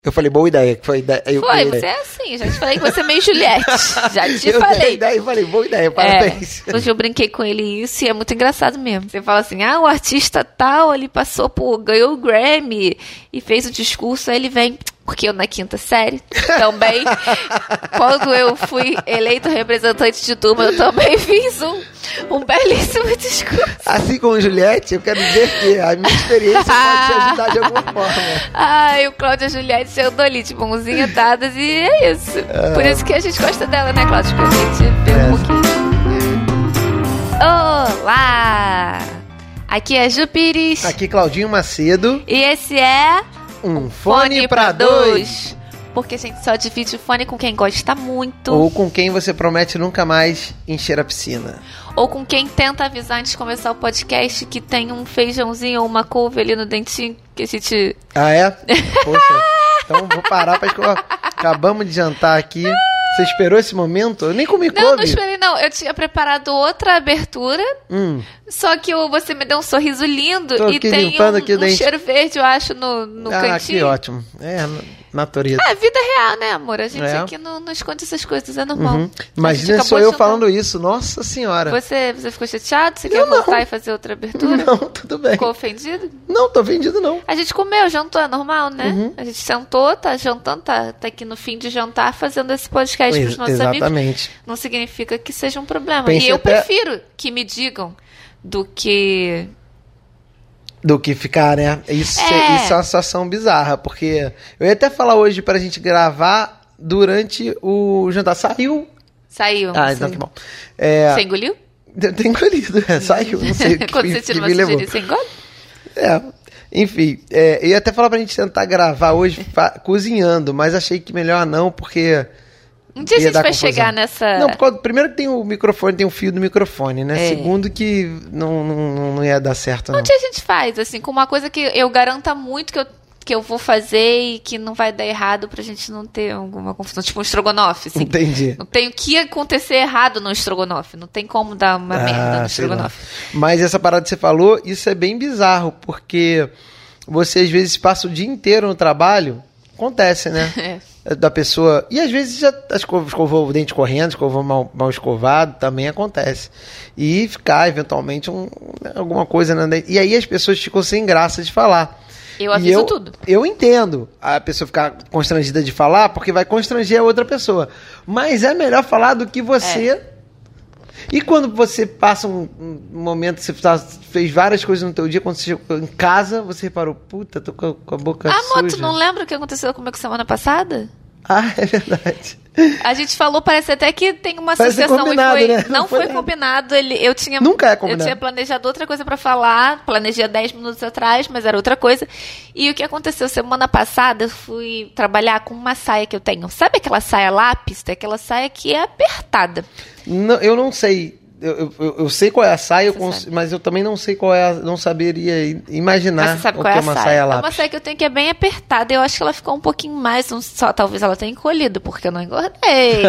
Eu falei, boa ideia. Foi, você é assim. Já te falei que você é meio Juliette. Já te falei. Eu falei, boa ideia, parabéns. Hoje eu brinquei com ele isso e é muito engraçado mesmo. Você fala assim, o artista tal, ele ganhou o Grammy e fez o discurso, aí ele vem... Porque eu na quinta série também, quando eu fui eleito representante de turma, eu também fiz um belíssimo discurso. Assim como Juliette, eu quero dizer que a minha experiência pode te ajudar de alguma forma. O Cláudia e a Juliette andou ali de mãozinha dadas e é isso. Por isso que a gente gosta dela, né, Cláudia? Porque a gente vê um pouquinho. Olá! Aqui é Ju Pires. Aqui Claudinho Macedo. E esse é... Um fone pra dois. Porque a gente só divide o fone com quem gosta muito. Ou com quem você promete nunca mais encher a piscina. Ou com quem tenta avisar antes de começar o podcast que tem um feijãozinho ou uma couve ali no dentinho que a gente... Ah, é? Poxa, então vou parar pra escovar. Acabamos de jantar aqui. Você esperou esse momento? Eu nem comi couve. Não esperei não. Eu tinha preparado outra abertura, só que você me deu um sorriso lindo. Tô e tem um cheiro verde, eu acho, no cantinho. Ah, que ótimo. É, natureza. Vida real, né, amor? A gente aqui não esconde essas coisas, é normal. Imagina sou eu falando isso. Nossa senhora. Você ficou chateado? Você quer voltar e fazer outra abertura? Não, tudo bem. Ficou ofendido? Não, tô ofendido não. A gente comeu, jantou, é normal, né? A gente sentou, tá jantando, tá aqui no fim de jantar fazendo esse podcast pros nossos amigos. Não significa que seja um problema. Pensei e eu prefiro que me digam do que ficar, né? Isso é uma situação bizarra, porque eu ia até falar hoje pra gente gravar durante o jantar. Saiu. Então que bom. Você engoliu? Tem engolido, saiu. Não sei o que Quando você tira uma sujeira, você engole? Enfim, eu ia até falar pra gente tentar gravar hoje cozinhando, mas achei que melhor não, porque... Um dia a gente vai chegar nessa... Não, porque primeiro que tem o microfone, tem o fio do microfone, né? Segundo que não ia dar certo, não. Um dia a gente faz, assim, com uma coisa que eu garanta muito que eu vou fazer e que não vai dar errado pra gente não ter alguma confusão. Tipo um estrogonofe, assim. Entendi. Não tem o que acontecer errado no estrogonofe. Não tem como dar uma merda no estrogonofe. Mas essa parada que você falou, isso é bem bizarro, porque você às vezes passa o dia inteiro no trabalho, acontece, né? Da pessoa. E às vezes já escovou o dente correndo, escovou mal escovado, também acontece. E ficar, eventualmente, alguma coisa. E aí as pessoas ficam sem graça de falar. Eu aviso tudo. Eu entendo a pessoa ficar constrangida de falar, porque vai constranger a outra pessoa. Mas é melhor falar do que você... E quando você passa um momento, você fez várias coisas no teu dia, quando você chegou em casa, você reparou, puta, tô com a boca suja. Amor, tu não lembra o que aconteceu comigo semana passada? Ah, é verdade. A gente falou, parece até que tem uma associação. Combinado, e foi, né? Não foi combinado. Nunca é combinado. Eu tinha planejado outra coisa pra falar, planejei 10 minutos atrás, mas era outra coisa. E o que aconteceu? Semana passada eu fui trabalhar com uma saia que eu tenho. Sabe aquela saia lápis? É aquela saia que é apertada. Não, eu não sei. Eu sei qual é a saia, mas eu também não sei qual é não saberia imaginar mas você sabe o qual que é uma saia lápis. É uma saia que eu tenho que é bem apertada. Eu acho que ela ficou um pouquinho mais, talvez ela tenha encolhido, porque eu não engordei.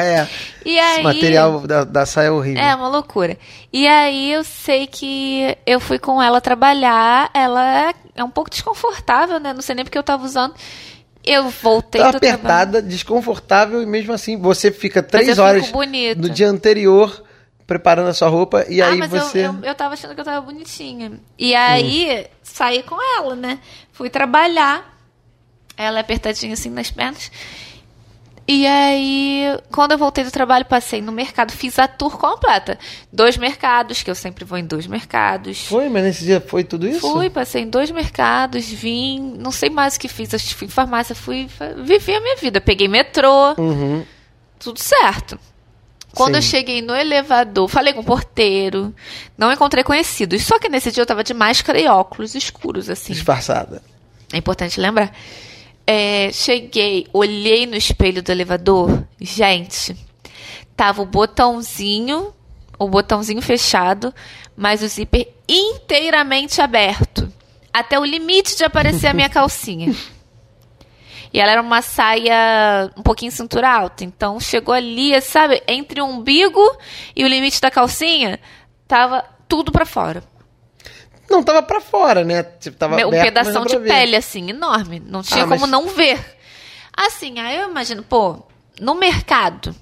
E aí, esse material da saia é horrível. É uma loucura. E aí eu sei que eu fui com ela trabalhar, ela é um pouco desconfortável, né? Não sei nem porque eu tava usando. Eu voltei do apertada, trabalho. Desconfortável, e mesmo assim você fica 3 horas no dia anterior preparando a sua roupa, e aí mas você... eu tava achando que eu tava bonitinha. E aí, saí com ela, né? Fui trabalhar, ela apertadinha assim nas pernas. E aí, quando eu voltei do trabalho, passei no mercado, fiz a tour completa. 2 mercados, que eu sempre vou em 2 mercados. Foi? Mas nesse dia foi tudo isso? Fui, passei em 2 mercados, vim, não sei mais o que fiz, acho que fui em farmácia, vivi a minha vida. Peguei metrô, tudo certo. Quando eu cheguei no elevador, falei com o porteiro, não encontrei conhecidos. Só que nesse dia eu tava de máscara e óculos escuros, assim. Disfarçada. É importante lembrar. Cheguei, olhei no espelho do elevador, gente, tava o botãozinho fechado, mas o zíper inteiramente aberto, até o limite de aparecer a minha calcinha. E ela era uma saia um pouquinho cintura alta. Então, chegou ali, sabe? Entre o umbigo e o limite da calcinha, tava tudo pra fora. Não tava pra fora, né? Tipo, tava um aberto, pedação de pele, assim, enorme. Não tinha como não ver. Assim, aí eu imagino, pô, no mercado,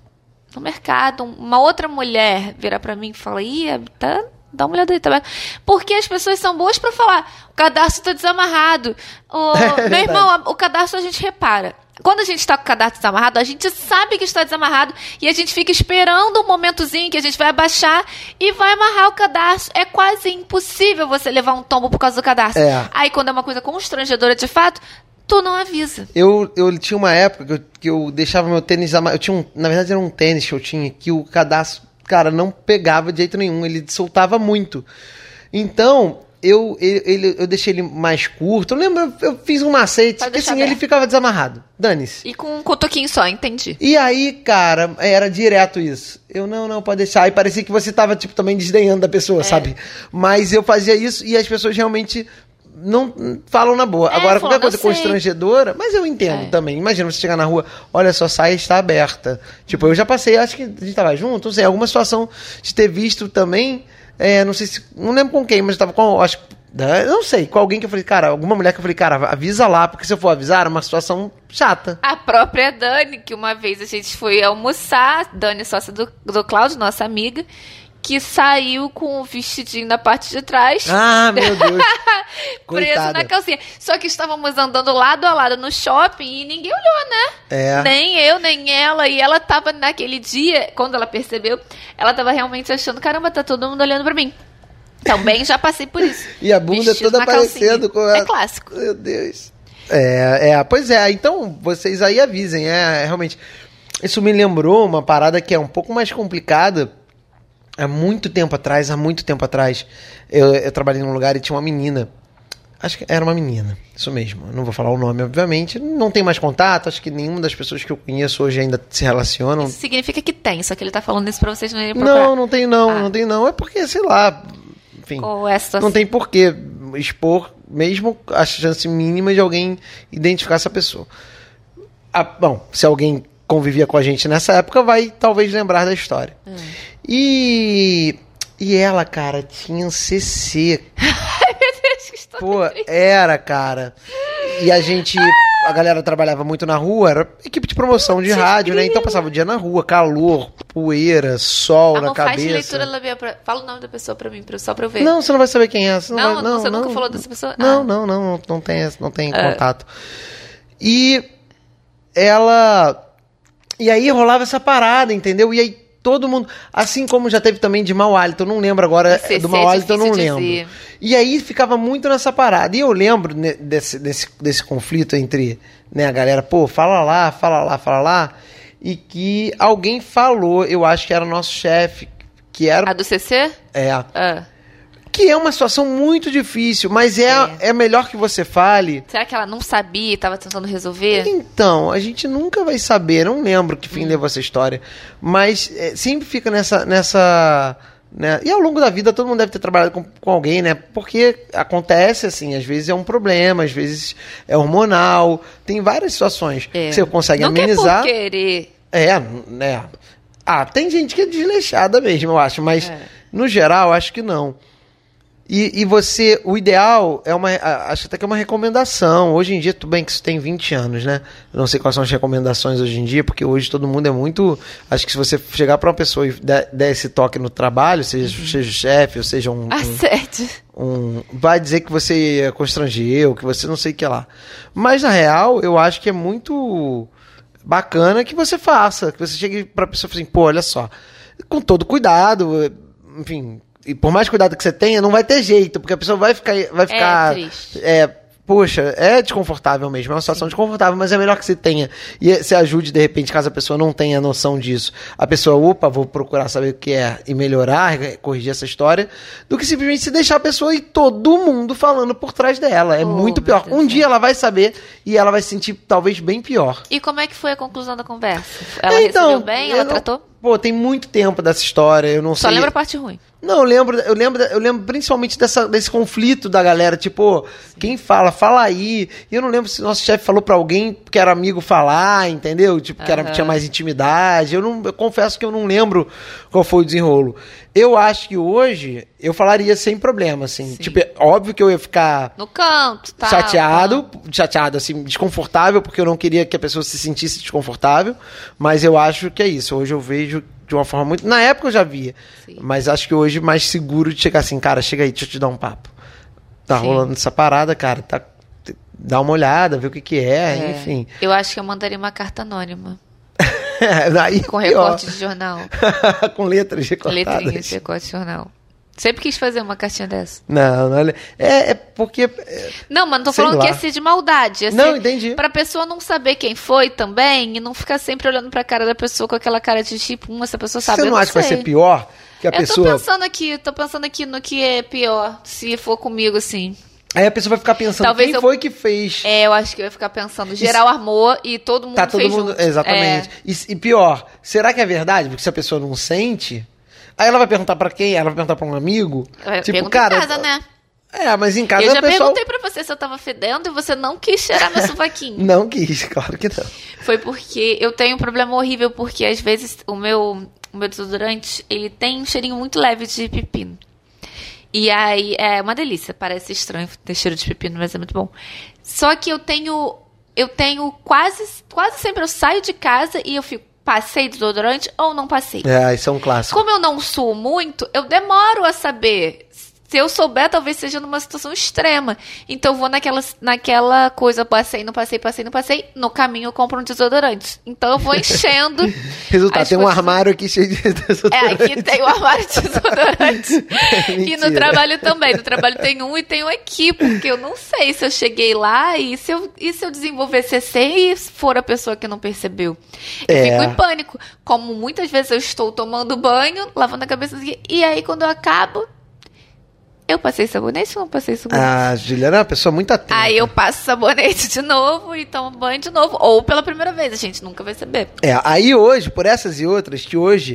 uma outra mulher virar pra mim e falar, tá, dá uma olhada aí, tá vendo? Porque as pessoas são boas pra falar, o cadarço tá desamarrado. Meu irmão, o cadarço a gente repara. Quando a gente tá com o cadarço desamarrado, a gente sabe que está desamarrado e a gente fica esperando um momentozinho que a gente vai abaixar e vai amarrar o cadarço. É quase impossível você levar um tombo por causa do cadarço. Aí, quando é uma coisa constrangedora de fato, tu não avisa. Eu tinha uma época que eu deixava meu tênis amarrado. Na verdade, era um tênis que eu tinha que o cadarço, cara, não pegava de jeito nenhum. Ele soltava muito. Então, eu deixei ele mais curto. Eu lembro, eu fiz um macete, porque assim, ele ficava desamarrado. Dane-se. E com um cotoquinho só, entendi. E aí, cara, era direto isso. Eu, não, pode deixar. E parecia que você tava, tipo, também desdenhando da pessoa, sabe? Mas eu fazia isso e as pessoas realmente não falam na boa. Agora, qualquer coisa constrangedora, mas eu entendo também. Imagina você chegar na rua, olha, sua saia está aberta. Tipo, eu já passei, acho que a gente tava junto, não sei, alguma situação de ter visto também, não sei se, não lembro com quem, mas eu tava com, acho que, não sei, com alguém que eu falei, cara, alguma mulher que eu falei, cara, avisa lá, porque se eu for avisar, é uma situação chata. A própria Dani, que uma vez a gente foi almoçar, Dani, sócia do Cláudio, nossa amiga, que saiu com o vestidinho na parte de trás. Ah, meu Deus. Preso na calcinha. Só que estávamos andando lado a lado no shopping e ninguém olhou, né? Nem eu, nem ela. E ela tava naquele dia, quando ela percebeu, ela tava realmente achando, caramba, tá todo mundo olhando pra mim. Também já passei por isso. E a bunda toda aparecendo com ela. É clássico. Meu Deus. Pois é. Então, vocês aí avisem. Realmente. Isso me lembrou uma parada que é um pouco mais complicada. Há muito tempo atrás, eu trabalhei num lugar e tinha uma menina. Acho que era uma menina, isso mesmo. Eu não vou falar o nome, obviamente. Não tem mais contato, acho que nenhuma das pessoas que eu conheço hoje ainda se relacionam. Isso significa que tem, só que ele tá falando isso pra vocês não irem procurar. Não tem não. É porque, sei lá, enfim, não tem porquê expor, mesmo a chance mínima de alguém identificar essa pessoa. Bom, se alguém convivia com a gente nessa época, vai talvez lembrar da história. E ela, cara, tinha um CC. Ai, meu Deus, que história. Pô, era, cara. E a galera trabalhava muito na rua, era equipe de promoção de rádio, né? Então passava o dia na rua, calor, poeira, sol na cabeça. Faz leitura labial. Fala o nome da pessoa pra mim, só pra eu ver. Não, você não vai saber quem é. Você nunca falou dessa pessoa? Não tem contato. E ela... E aí rolava essa parada, entendeu? E aí todo mundo... Assim como já teve também de mau hálito, eu não lembro agora do mau hálito, eu não lembro. E aí ficava muito nessa parada. E eu lembro desse conflito entre, né, a galera, pô, fala lá. E que alguém falou, eu acho que era o nosso chefe, que era... A do CC? Que é uma situação muito difícil, mas é melhor que você fale. Será que ela não sabia e estava tentando resolver? Então, a gente nunca vai saber. Não lembro que fim levou essa história. Mas sempre fica nessa né? E ao longo da vida todo mundo deve ter trabalhado com alguém, né? Porque acontece assim, às vezes é um problema, às vezes é hormonal. Tem várias situações que você consegue amenizar. Não é por querer. Né? Tem gente que é desleixada mesmo, eu acho. Mas, no geral, acho que não. E você, o ideal acho até que é uma recomendação. Hoje em dia, tudo bem que isso tem 20 anos, né? Eu não sei quais são as recomendações hoje em dia, porque hoje todo mundo é muito... Acho que se você chegar para uma pessoa e der esse toque no trabalho, seja o chefe, ou seja vai dizer que você constrangeu, que você não sei o que lá. Mas, na real, eu acho que é muito bacana que você faça, que você chegue para a pessoa e fale assim, pô, olha só, com todo cuidado, enfim... E por mais cuidado que você tenha, não vai ter jeito, porque a pessoa vai ficar triste. Poxa, é desconfortável mesmo, é uma situação desconfortável, mas é melhor que você tenha. E você ajude, de repente, caso a pessoa não tenha noção disso. A pessoa, vou procurar saber o que é e melhorar, corrigir essa história, do que simplesmente se deixar a pessoa e todo mundo falando por trás dela. É muito pior. Um dia ela vai saber e ela vai se sentir talvez bem pior. E como é que foi a conclusão da conversa? Ela recebeu bem? Ela tratou? Pô, tem muito tempo dessa história, eu não sei. Só lembra a parte ruim. Não, eu lembro principalmente desse conflito da galera, tipo, quem fala aí. E eu não lembro se nosso chefe falou pra alguém que era amigo falar, entendeu? Tipo, que tinha mais intimidade. Eu confesso que eu não lembro qual foi o desenrolo. Eu acho que hoje eu falaria sem problema, assim. Sim. Tipo, óbvio que eu ia ficar no canto, tá? Chateado, assim, desconfortável, porque eu não queria que a pessoa se sentisse desconfortável. Mas eu acho que é isso. Hoje eu vejo de uma forma muito... Na época eu já via. Sim. Mas acho que hoje mais seguro de chegar assim, cara, chega aí, deixa eu te dar um papo. Tá Sim. rolando essa parada, cara. Dá uma olhada, vê o que é, enfim. Eu acho que eu mandaria uma carta anônima. Daí, com recorte de jornal. Com letras recortadas. Letrinhas de recorte de jornal. Sempre quis fazer uma cartinha dessa. Não é porque... Não, mas não tô falando que ia ser de maldade. Não, entendi. Pra pessoa não saber quem foi também e não ficar sempre olhando pra cara da pessoa com aquela cara de tipo, essa pessoa sabe. Você não acha que vai ser pior? Que a pessoa... tô pensando aqui no que é pior, se for comigo, assim. Aí a pessoa vai ficar pensando, talvez quem foi que fez? Eu acho que eu ia ficar pensando, geral armou e todo mundo fez junto. Exatamente. E pior, será que é verdade? Porque se a pessoa não sente... Aí ela vai perguntar pra quem? Ela vai perguntar pra um amigo? Tipo, cara, em casa, né? Mas em casa eu já perguntei pra você se eu tava fedendo e você não quis cheirar meu sovaquinho. Não quis, claro que não. Foi porque eu tenho um problema horrível, porque às vezes o meu desodorante, ele tem um cheirinho muito leve de pepino. E aí, é uma delícia, parece estranho ter cheiro de pepino, mas é muito bom. Só que eu tenho quase sempre eu saio de casa e eu fico, passei desodorante ou não passei? Isso é um clássico. Como eu não suo muito, eu demoro a saber. Se eu souber, talvez seja numa situação extrema. Então eu vou naquela coisa, passei, não passei. No caminho eu compro um desodorante. Então eu vou enchendo. Resultado, tem um armário aqui cheio de desodorante. Aqui tem um armário de desodorante. E no trabalho também. No trabalho tem um e tem um aqui, porque eu não sei se eu cheguei lá e se eu desenvolver CC e for a pessoa que não percebeu. Eu fico em pânico. Como muitas vezes eu estou tomando banho, lavando a cabeça, e aí quando eu acabo... Eu passei sabonete ou não passei sabonete? A Juliana é uma pessoa muito atenta. Aí eu passo sabonete de novo e tomo banho de novo. Ou pela primeira vez, a gente nunca vai saber. Aí hoje, por essas e outras, que hoje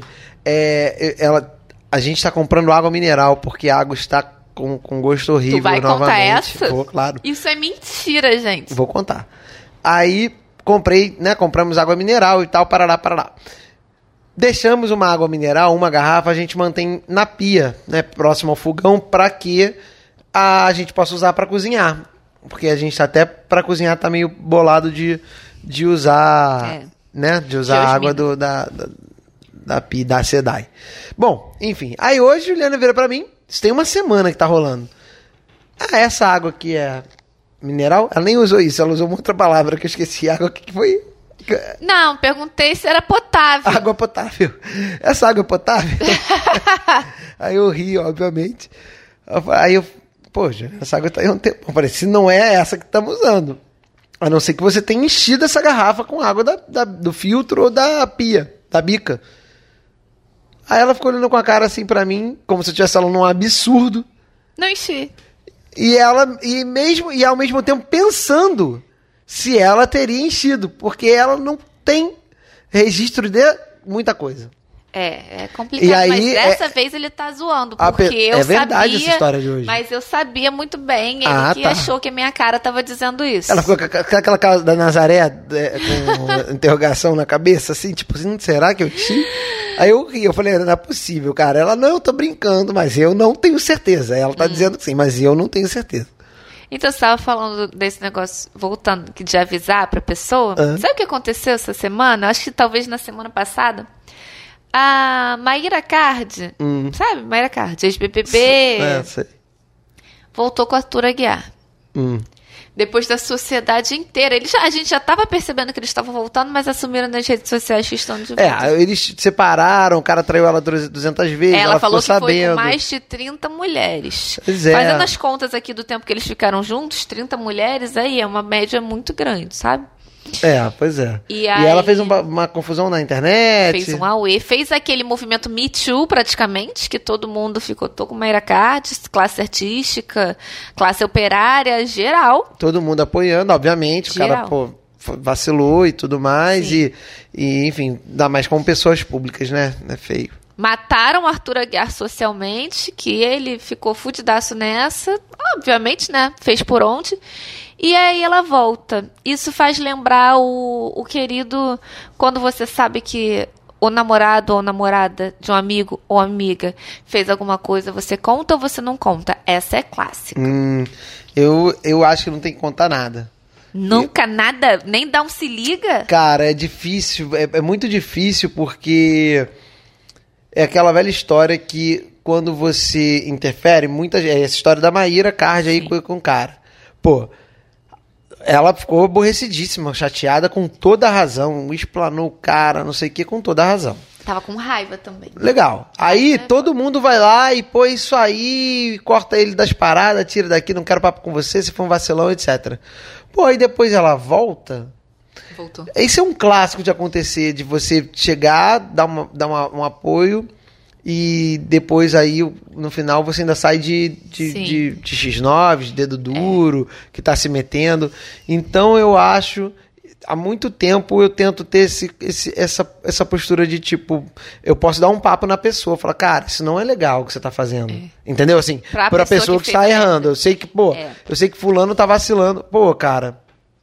a gente tá comprando água mineral, porque a água está com gosto horrível. Tu vai novamente. Contar essa? Vou, claro. Isso é mentira, gente. Vou contar. Aí compramos água mineral e tal, parará. Deixamos uma água mineral, uma garrafa, a gente mantém na pia, né, próximo ao fogão, para que a gente possa usar para cozinhar. Porque a gente até para cozinhar tá meio bolado de usar, né, de usar a água da pia, da SEDAI. Bom, enfim, aí hoje a Juliana vira para mim, isso tem uma semana que tá rolando. Essa água aqui é mineral? Ela nem usou isso, ela usou uma outra palavra que eu esqueci. Água que foi... Não, perguntei se era potável. Água potável. Essa água é potável? Aí eu ri, obviamente. Aí eu, poxa, essa água tá aí há um tempo. Eu falei, se não é essa que estamos usando. A não ser que você tenha enchido essa garrafa com água do filtro ou da pia, da bica. Aí ela ficou olhando com a cara assim pra mim, como se eu estivesse falando um absurdo. Não enchi. E ao mesmo tempo pensando se ela teria enchido, porque ela não tem registro de muita coisa. É complicado, aí, mas dessa vez ele tá zoando, porque eu sabia... É verdade essa história de hoje. Mas eu sabia muito bem, ele achou que a minha cara tava dizendo isso. Ela ficou com aquela cara da Nazaré, com interrogação na cabeça, assim, tipo assim, será que eu enchi? Aí eu ri, eu falei, não é possível, cara. Ela, não, eu tô brincando, mas eu não tenho certeza. Ela tá dizendo que sim, mas eu não tenho certeza. Então, você estava falando desse negócio, voltando, de avisar pra pessoa. Sabe o que aconteceu essa semana? Acho que talvez na semana passada. A Mayra Card, sabe? Mayra Card, ex-BBB. Sei. Voltou com a Arthur Aguiar. Depois da sociedade inteira. A gente já estava percebendo que eles estavam voltando, mas assumiram nas redes sociais que estão de volta. Eles separaram, o cara traiu ela 200 vezes, ela falou que sabendo. Foi com mais de 30 mulheres. Pois é. Fazendo as contas aqui do tempo que eles ficaram juntos, 30 mulheres, aí é uma média muito grande, sabe? Pois é. E ela fez uma confusão na internet. Fez um auê. Fez aquele movimento Me Too, praticamente, que todo mundo ficou... Tô com Mayra Card, classe artística, classe operária, geral. Todo mundo apoiando, obviamente. Geral. O cara, vacilou e tudo mais. E, enfim, ainda mais como pessoas públicas, né? É feio. Mataram o Arthur Aguiar socialmente, que ele ficou fudidaço nessa, obviamente, né? Fez por onde. E aí ela volta. Isso faz lembrar o querido, quando você sabe que o namorado ou namorada de um amigo ou amiga fez alguma coisa, você conta ou você não conta? Essa é clássica. Eu acho que não tem que contar nada. Nunca nada? Nem dá um se liga? Cara, é difícil, é muito difícil porque é aquela velha história que quando você interfere, essa história da Maíra Card aí com o cara. Pô, ela ficou aborrecidíssima, chateada com toda a razão, explanou o cara, não sei o que, com toda a razão. Tava com raiva também. Legal. Aí todo mundo vai lá e põe isso aí, corta ele das paradas, tira daqui, não quero papo com você, se for um vacilão, etc. Pô, aí depois ela volta. Voltou. Isso é um clássico de acontecer, de você chegar, dar um apoio e depois aí, no final, você ainda sai de X9, de dedo duro, que tá se metendo. Então eu acho, há muito tempo eu tento ter essa postura de tipo, eu posso dar um papo na pessoa, falar, cara, isso não é legal o que você tá fazendo. Entendeu? Assim, pra pessoa que está errando. Eu sei que, eu sei que fulano tá vacilando. Pô, cara,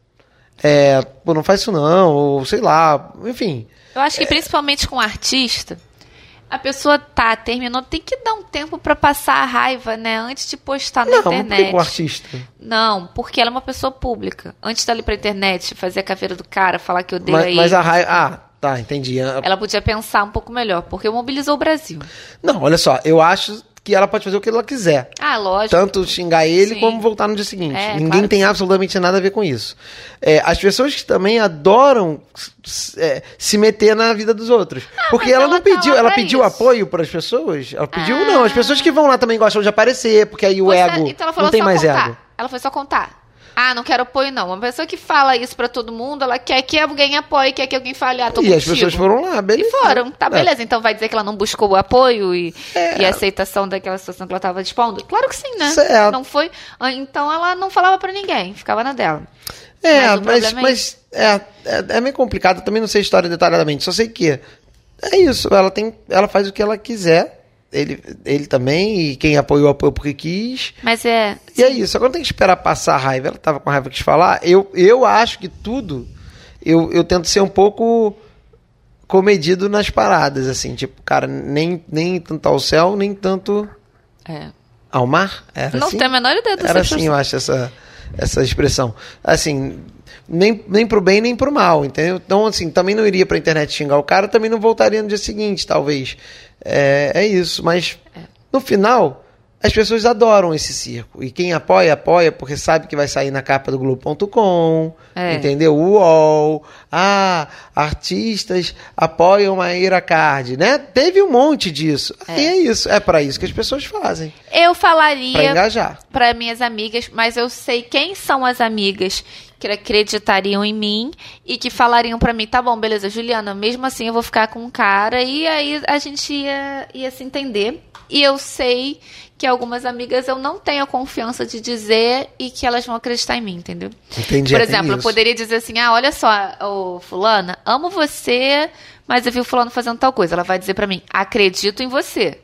não faz isso não, ou sei lá, enfim. Eu acho que principalmente com artista, a pessoa terminou, tem que dar um tempo pra passar a raiva, né? Antes de postar na internet. Não, por que com o artista? Não, porque ela é uma pessoa pública. Antes de ela ir pra internet, fazer a caveira do cara, falar que odeia ele. Mas a raiva... tá, entendi. Ela podia pensar um pouco melhor, porque mobilizou o Brasil. Não, olha só, eu acho que ela pode fazer o que ela quiser. Ah, lógico. Tanto xingar ele, como voltar no dia seguinte. Ninguém claro tem absolutamente nada a ver com isso. As pessoas que também adoram se meter na vida dos outros. Porque ela não pediu, ela pediu apoio para as pessoas? Ela pediu, não. As pessoas que vão lá também gostam de aparecer, porque aí o ego então ela falou, não tem mais contar. ego. Ela foi só contar. Não quero apoio, não. Uma pessoa que fala isso pra todo mundo, ela quer que alguém apoie, quer que alguém fale, tô contigo. As pessoas foram lá, beleza. E foram, tá, beleza. Então vai dizer que ela não buscou o apoio e a aceitação daquela situação que ela tava dispondo? Claro que sim, né? Certo. Não foi. Então ela não falava pra ninguém, ficava na dela. Mas é meio complicado. Eu também não sei a história detalhadamente. Só sei que é isso. Ela faz o que ela quiser. Ele também, e quem apoiou porque quis. Mas E é isso. Agora tem que esperar passar a raiva. Ela tava com raiva, quis falar. Eu acho que tudo. Eu tento ser um pouco comedido nas paradas, assim. Tipo, cara, nem tanto ao céu, nem tanto ao mar. Era não assim? tem a menor ideia do Era assim, eu acho, essa expressão. Assim, nem pro bem, nem pro mal, entendeu? Então, assim, também não iria pra internet xingar o cara, também não voltaria no dia seguinte, talvez. É isso, mas no final, as pessoas adoram esse circo. E quem apoia, porque sabe que vai sair na capa do Globo.com, entendeu? O UOL, artistas apoiam Maíra Card, né? Teve um monte disso. E é isso, é pra isso que as pessoas fazem. Eu falaria pra engajar. Pra minhas amigas, mas eu sei quem são as amigas que acreditariam em mim e que falariam pra mim, tá bom, beleza, Juliana, mesmo assim eu vou ficar com um cara, e aí a gente ia se entender. E eu sei que algumas amigas eu não tenho a confiança de dizer e que elas vão acreditar em mim, entendeu? Entendi. Por exemplo, eu poderia dizer assim, olha só, fulana, amo você, mas eu vi o fulano fazendo tal coisa. Ela vai dizer pra mim, acredito em você.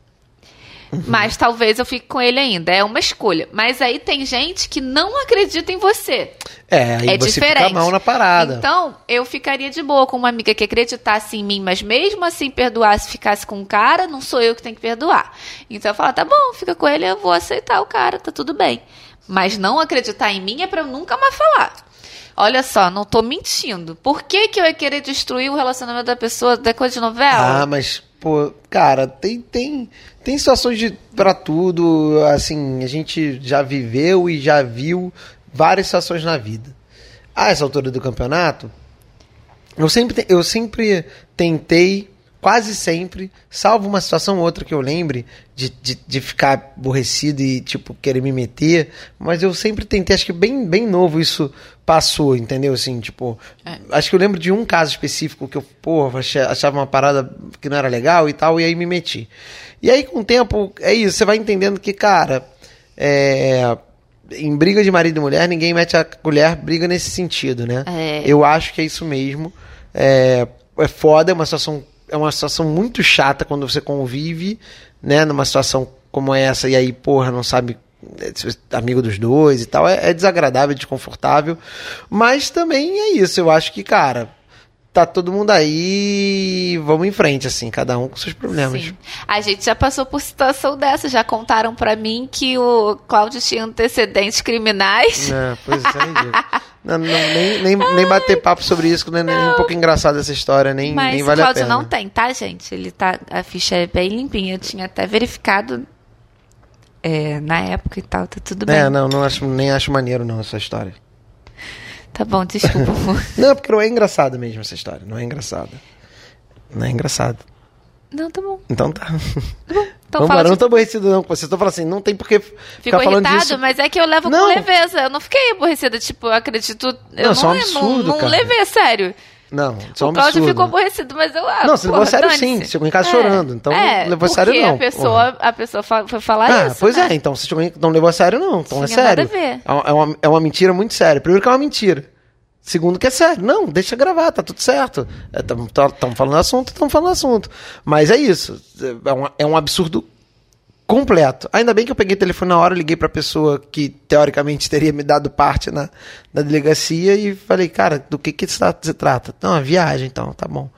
Mas talvez eu fique com ele ainda. É uma escolha. Mas aí tem gente que não acredita em você. Aí você diferente. Fica mal na parada. Então, eu ficaria de boa com uma amiga que acreditasse em mim, mas mesmo assim perdoasse, ficasse com o cara, não sou eu que tenho que perdoar. Então eu falo, tá bom, fica com ele, eu vou aceitar o cara, tá tudo bem. Mas não acreditar em mim é pra eu nunca mais falar. Olha só, não tô mentindo. Por que eu ia querer destruir o relacionamento da pessoa da coisa de novela? Mas, pô, cara, tem situações pra tudo, assim, a gente já viveu e já viu várias situações na vida. A essa altura do campeonato, eu sempre tentei, quase sempre, salvo uma situação ou outra que eu lembre, de ficar aborrecido e, tipo, querer me meter, mas eu sempre tentei, acho que bem novo isso passou, entendeu? Assim, tipo, acho que eu lembro de um caso específico que eu, achava uma parada que não era legal e tal, e aí me meti. E aí, com o tempo, é isso, você vai entendendo que, cara, em briga de marido e mulher, ninguém mete a colher, briga nesse sentido, né? Eu acho que é isso mesmo. É foda, é uma situação é uma situação muito chata quando você convive, né, numa situação como essa, e aí, porra, não sabe, amigo dos dois e tal, é desagradável, desconfortável, mas também é isso, eu acho que, cara, tá todo mundo aí, vamos em frente, assim, cada um com seus problemas. Sim. A gente já passou por situação dessa, já contaram pra mim que o Cláudio tinha antecedentes criminais. Pois é, nem bater papo sobre isso, que nem um pouco engraçado essa história, nem vale a pena. Mas o Cláudio não tem, tá, gente? A ficha é bem limpinha, eu tinha até verificado na época e tal, tá tudo bem. Nem acho maneiro não essa história. Tá bom, desculpa. Não, porque não é engraçada mesmo essa história. Não é engraçada. Não é engraçado. Não, tá bom. Então tá. Tá bom. Então vamos embora, eu não tô aborrecido não com você. Tô falando assim, não tem porque ficar falando irritado, disso. Mas é que eu levo com leveza. Eu não fiquei aborrecida, tipo, eu acredito... Eu só um absurdo, não cara. levei a sério. Não, só um absurdo. O Cláudio ficou aborrecido, mas eu... Não, você levou a sério sim. Você chegou em casa chorando. Então não levou a sério não. Porque a pessoa foi falar isso, pois né? Então você não levou a sério não. Então Tinha é sério. nada a ver. É uma mentira muito séria. Primeiro que é uma mentira. Segundo que é sério. Não, deixa gravar, tá tudo certo. Estamos falando assunto. Mas é isso. É um absurdo completo. Ainda bem que eu peguei o telefone na hora, liguei pra pessoa que teoricamente teria me dado parte na delegacia e falei, cara, do que se trata? Não, a viagem, então, tá bom.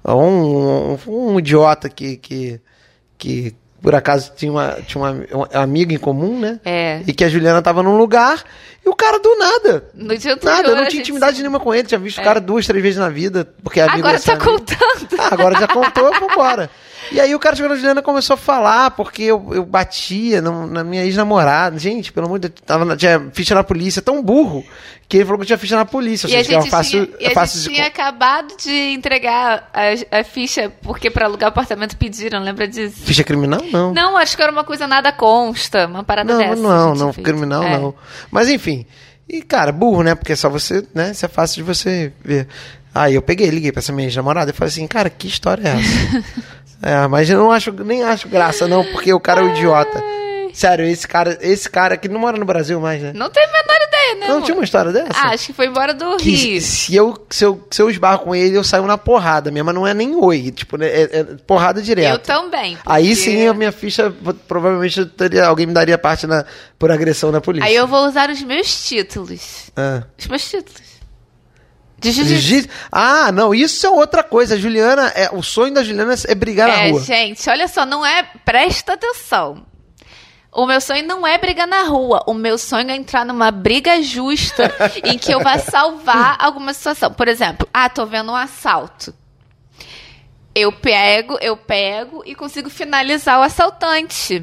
Um idiota que por acaso tinha um amigo em comum, né? E que a Juliana tava num lugar e o cara do nada. No dia anterior, eu não tinha intimidade nenhuma com ele, tinha visto o cara 2, 3 vezes na vida, porque é amigo. Agora tá contando. Agora já contou, vambora. E aí o cara chegou na Juliana e começou a falar, porque eu batia na minha ex-namorada. Gente, pelo amor de Deus, tinha ficha na polícia, tão burro, que ele falou que tinha ficha na polícia. E a gente tinha acabado de entregar a ficha, porque pra alugar apartamento pediram, lembra disso? Ficha criminal? Não. Não, acho que era uma coisa nada consta, uma parada dessa. Não, criminal não. Mas enfim, e cara, burro, né? Porque é só você, né? Isso é fácil de você ver. Aí eu liguei pra essa minha ex-namorada e falei assim, cara, que história é essa? Mas eu nem acho graça, não, porque o cara é um idiota. Sério, esse cara que não mora no Brasil mais, né? Não tem a menor ideia, né? Não tinha uma história dessa? Acho que foi embora do Rio. Se eu esbarro com ele, eu saio na porrada mesmo, mas não é nem oi, tipo, é porrada direta. Eu também. Porque... Aí sim a minha ficha, provavelmente alguém me daria parte por agressão na polícia. Aí eu vou usar os meus títulos. Os meus títulos. De jiu-jitsu. Ah, não, isso é outra coisa. O sonho da Juliana é brigar na rua. Gente, olha só, presta atenção. O meu sonho não é brigar na rua. O meu sonho é entrar numa briga justa em que eu vá salvar alguma situação. Por exemplo, tô vendo um assalto. Eu pego e consigo finalizar o assaltante.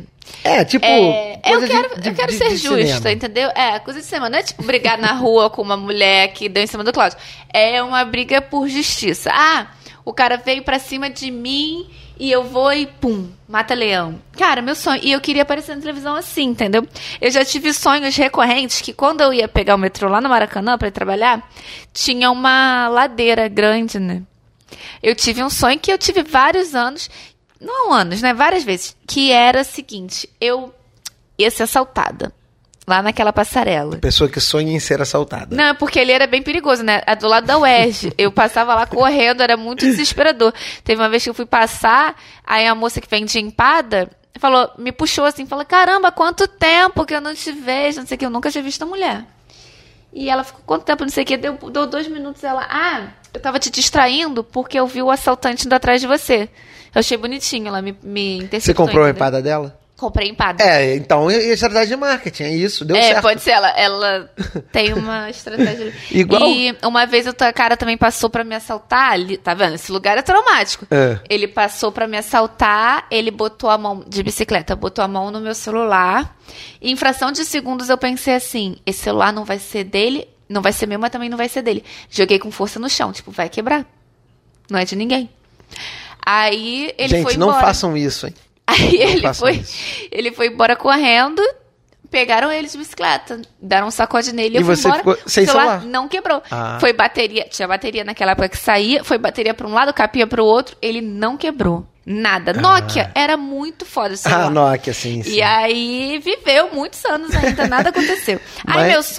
Eu quero ser justa, entendeu? Coisa de cinema. Não é tipo brigar na rua com uma mulher que deu em cima do Cláudio. É uma briga por justiça. O cara veio pra cima de mim e eu vou e pum, mata leão. Cara, meu sonho. E eu queria aparecer na televisão assim, entendeu? Eu já tive sonhos recorrentes que quando eu ia pegar o metrô lá no Maracanã pra ir trabalhar, tinha uma ladeira grande, né? Eu tive um sonho que eu tive vários anos... Não anos, né? Várias vezes. Que era o seguinte, eu ia ser assaltada. Lá naquela passarela. Pessoa que sonha em ser assaltada. Não, porque ele era bem perigoso, né? Do lado da UERJ. Eu passava lá correndo, era muito desesperador. Teve uma vez que eu fui passar, aí a moça que vendia empada falou, me puxou assim, falou, caramba, quanto tempo que eu não te vejo, não sei o que, eu nunca tinha visto a mulher. E ela ficou, quanto tempo, não sei o que, deu 2 minutos, ela, eu tava te distraindo porque eu vi o assaltante indo atrás de você. Eu achei bonitinho, ela me interceptou. Você comprou a empada dela? Comprei empada. Então, estratégia de marketing, é isso, deu certo. Pode ser, ela tem uma estratégia. Igual. E uma vez o cara também passou pra me assaltar, tá vendo? Esse lugar é traumático. Ele passou pra me assaltar, ele botou a mão, de bicicleta, botou a mão no meu celular, e em fração de segundos eu pensei assim, esse celular não vai ser dele, não vai ser meu, mas também não vai ser dele. Joguei com força no chão, tipo, vai quebrar. Não é de ninguém. Aí ele foi embora. Gente, não façam isso, hein? Aí ele foi embora correndo, pegaram ele de bicicleta, deram um sacode nele e eu fui embora. Ficou sem celular? Não quebrou. Foi bateria, tinha bateria naquela época que saía, foi bateria pra um lado, capinha pro outro, ele não quebrou. Nada. Nokia era muito foda esse celular. Nokia, sim. E aí viveu muitos anos ainda, nada aconteceu. Aí meu sonho.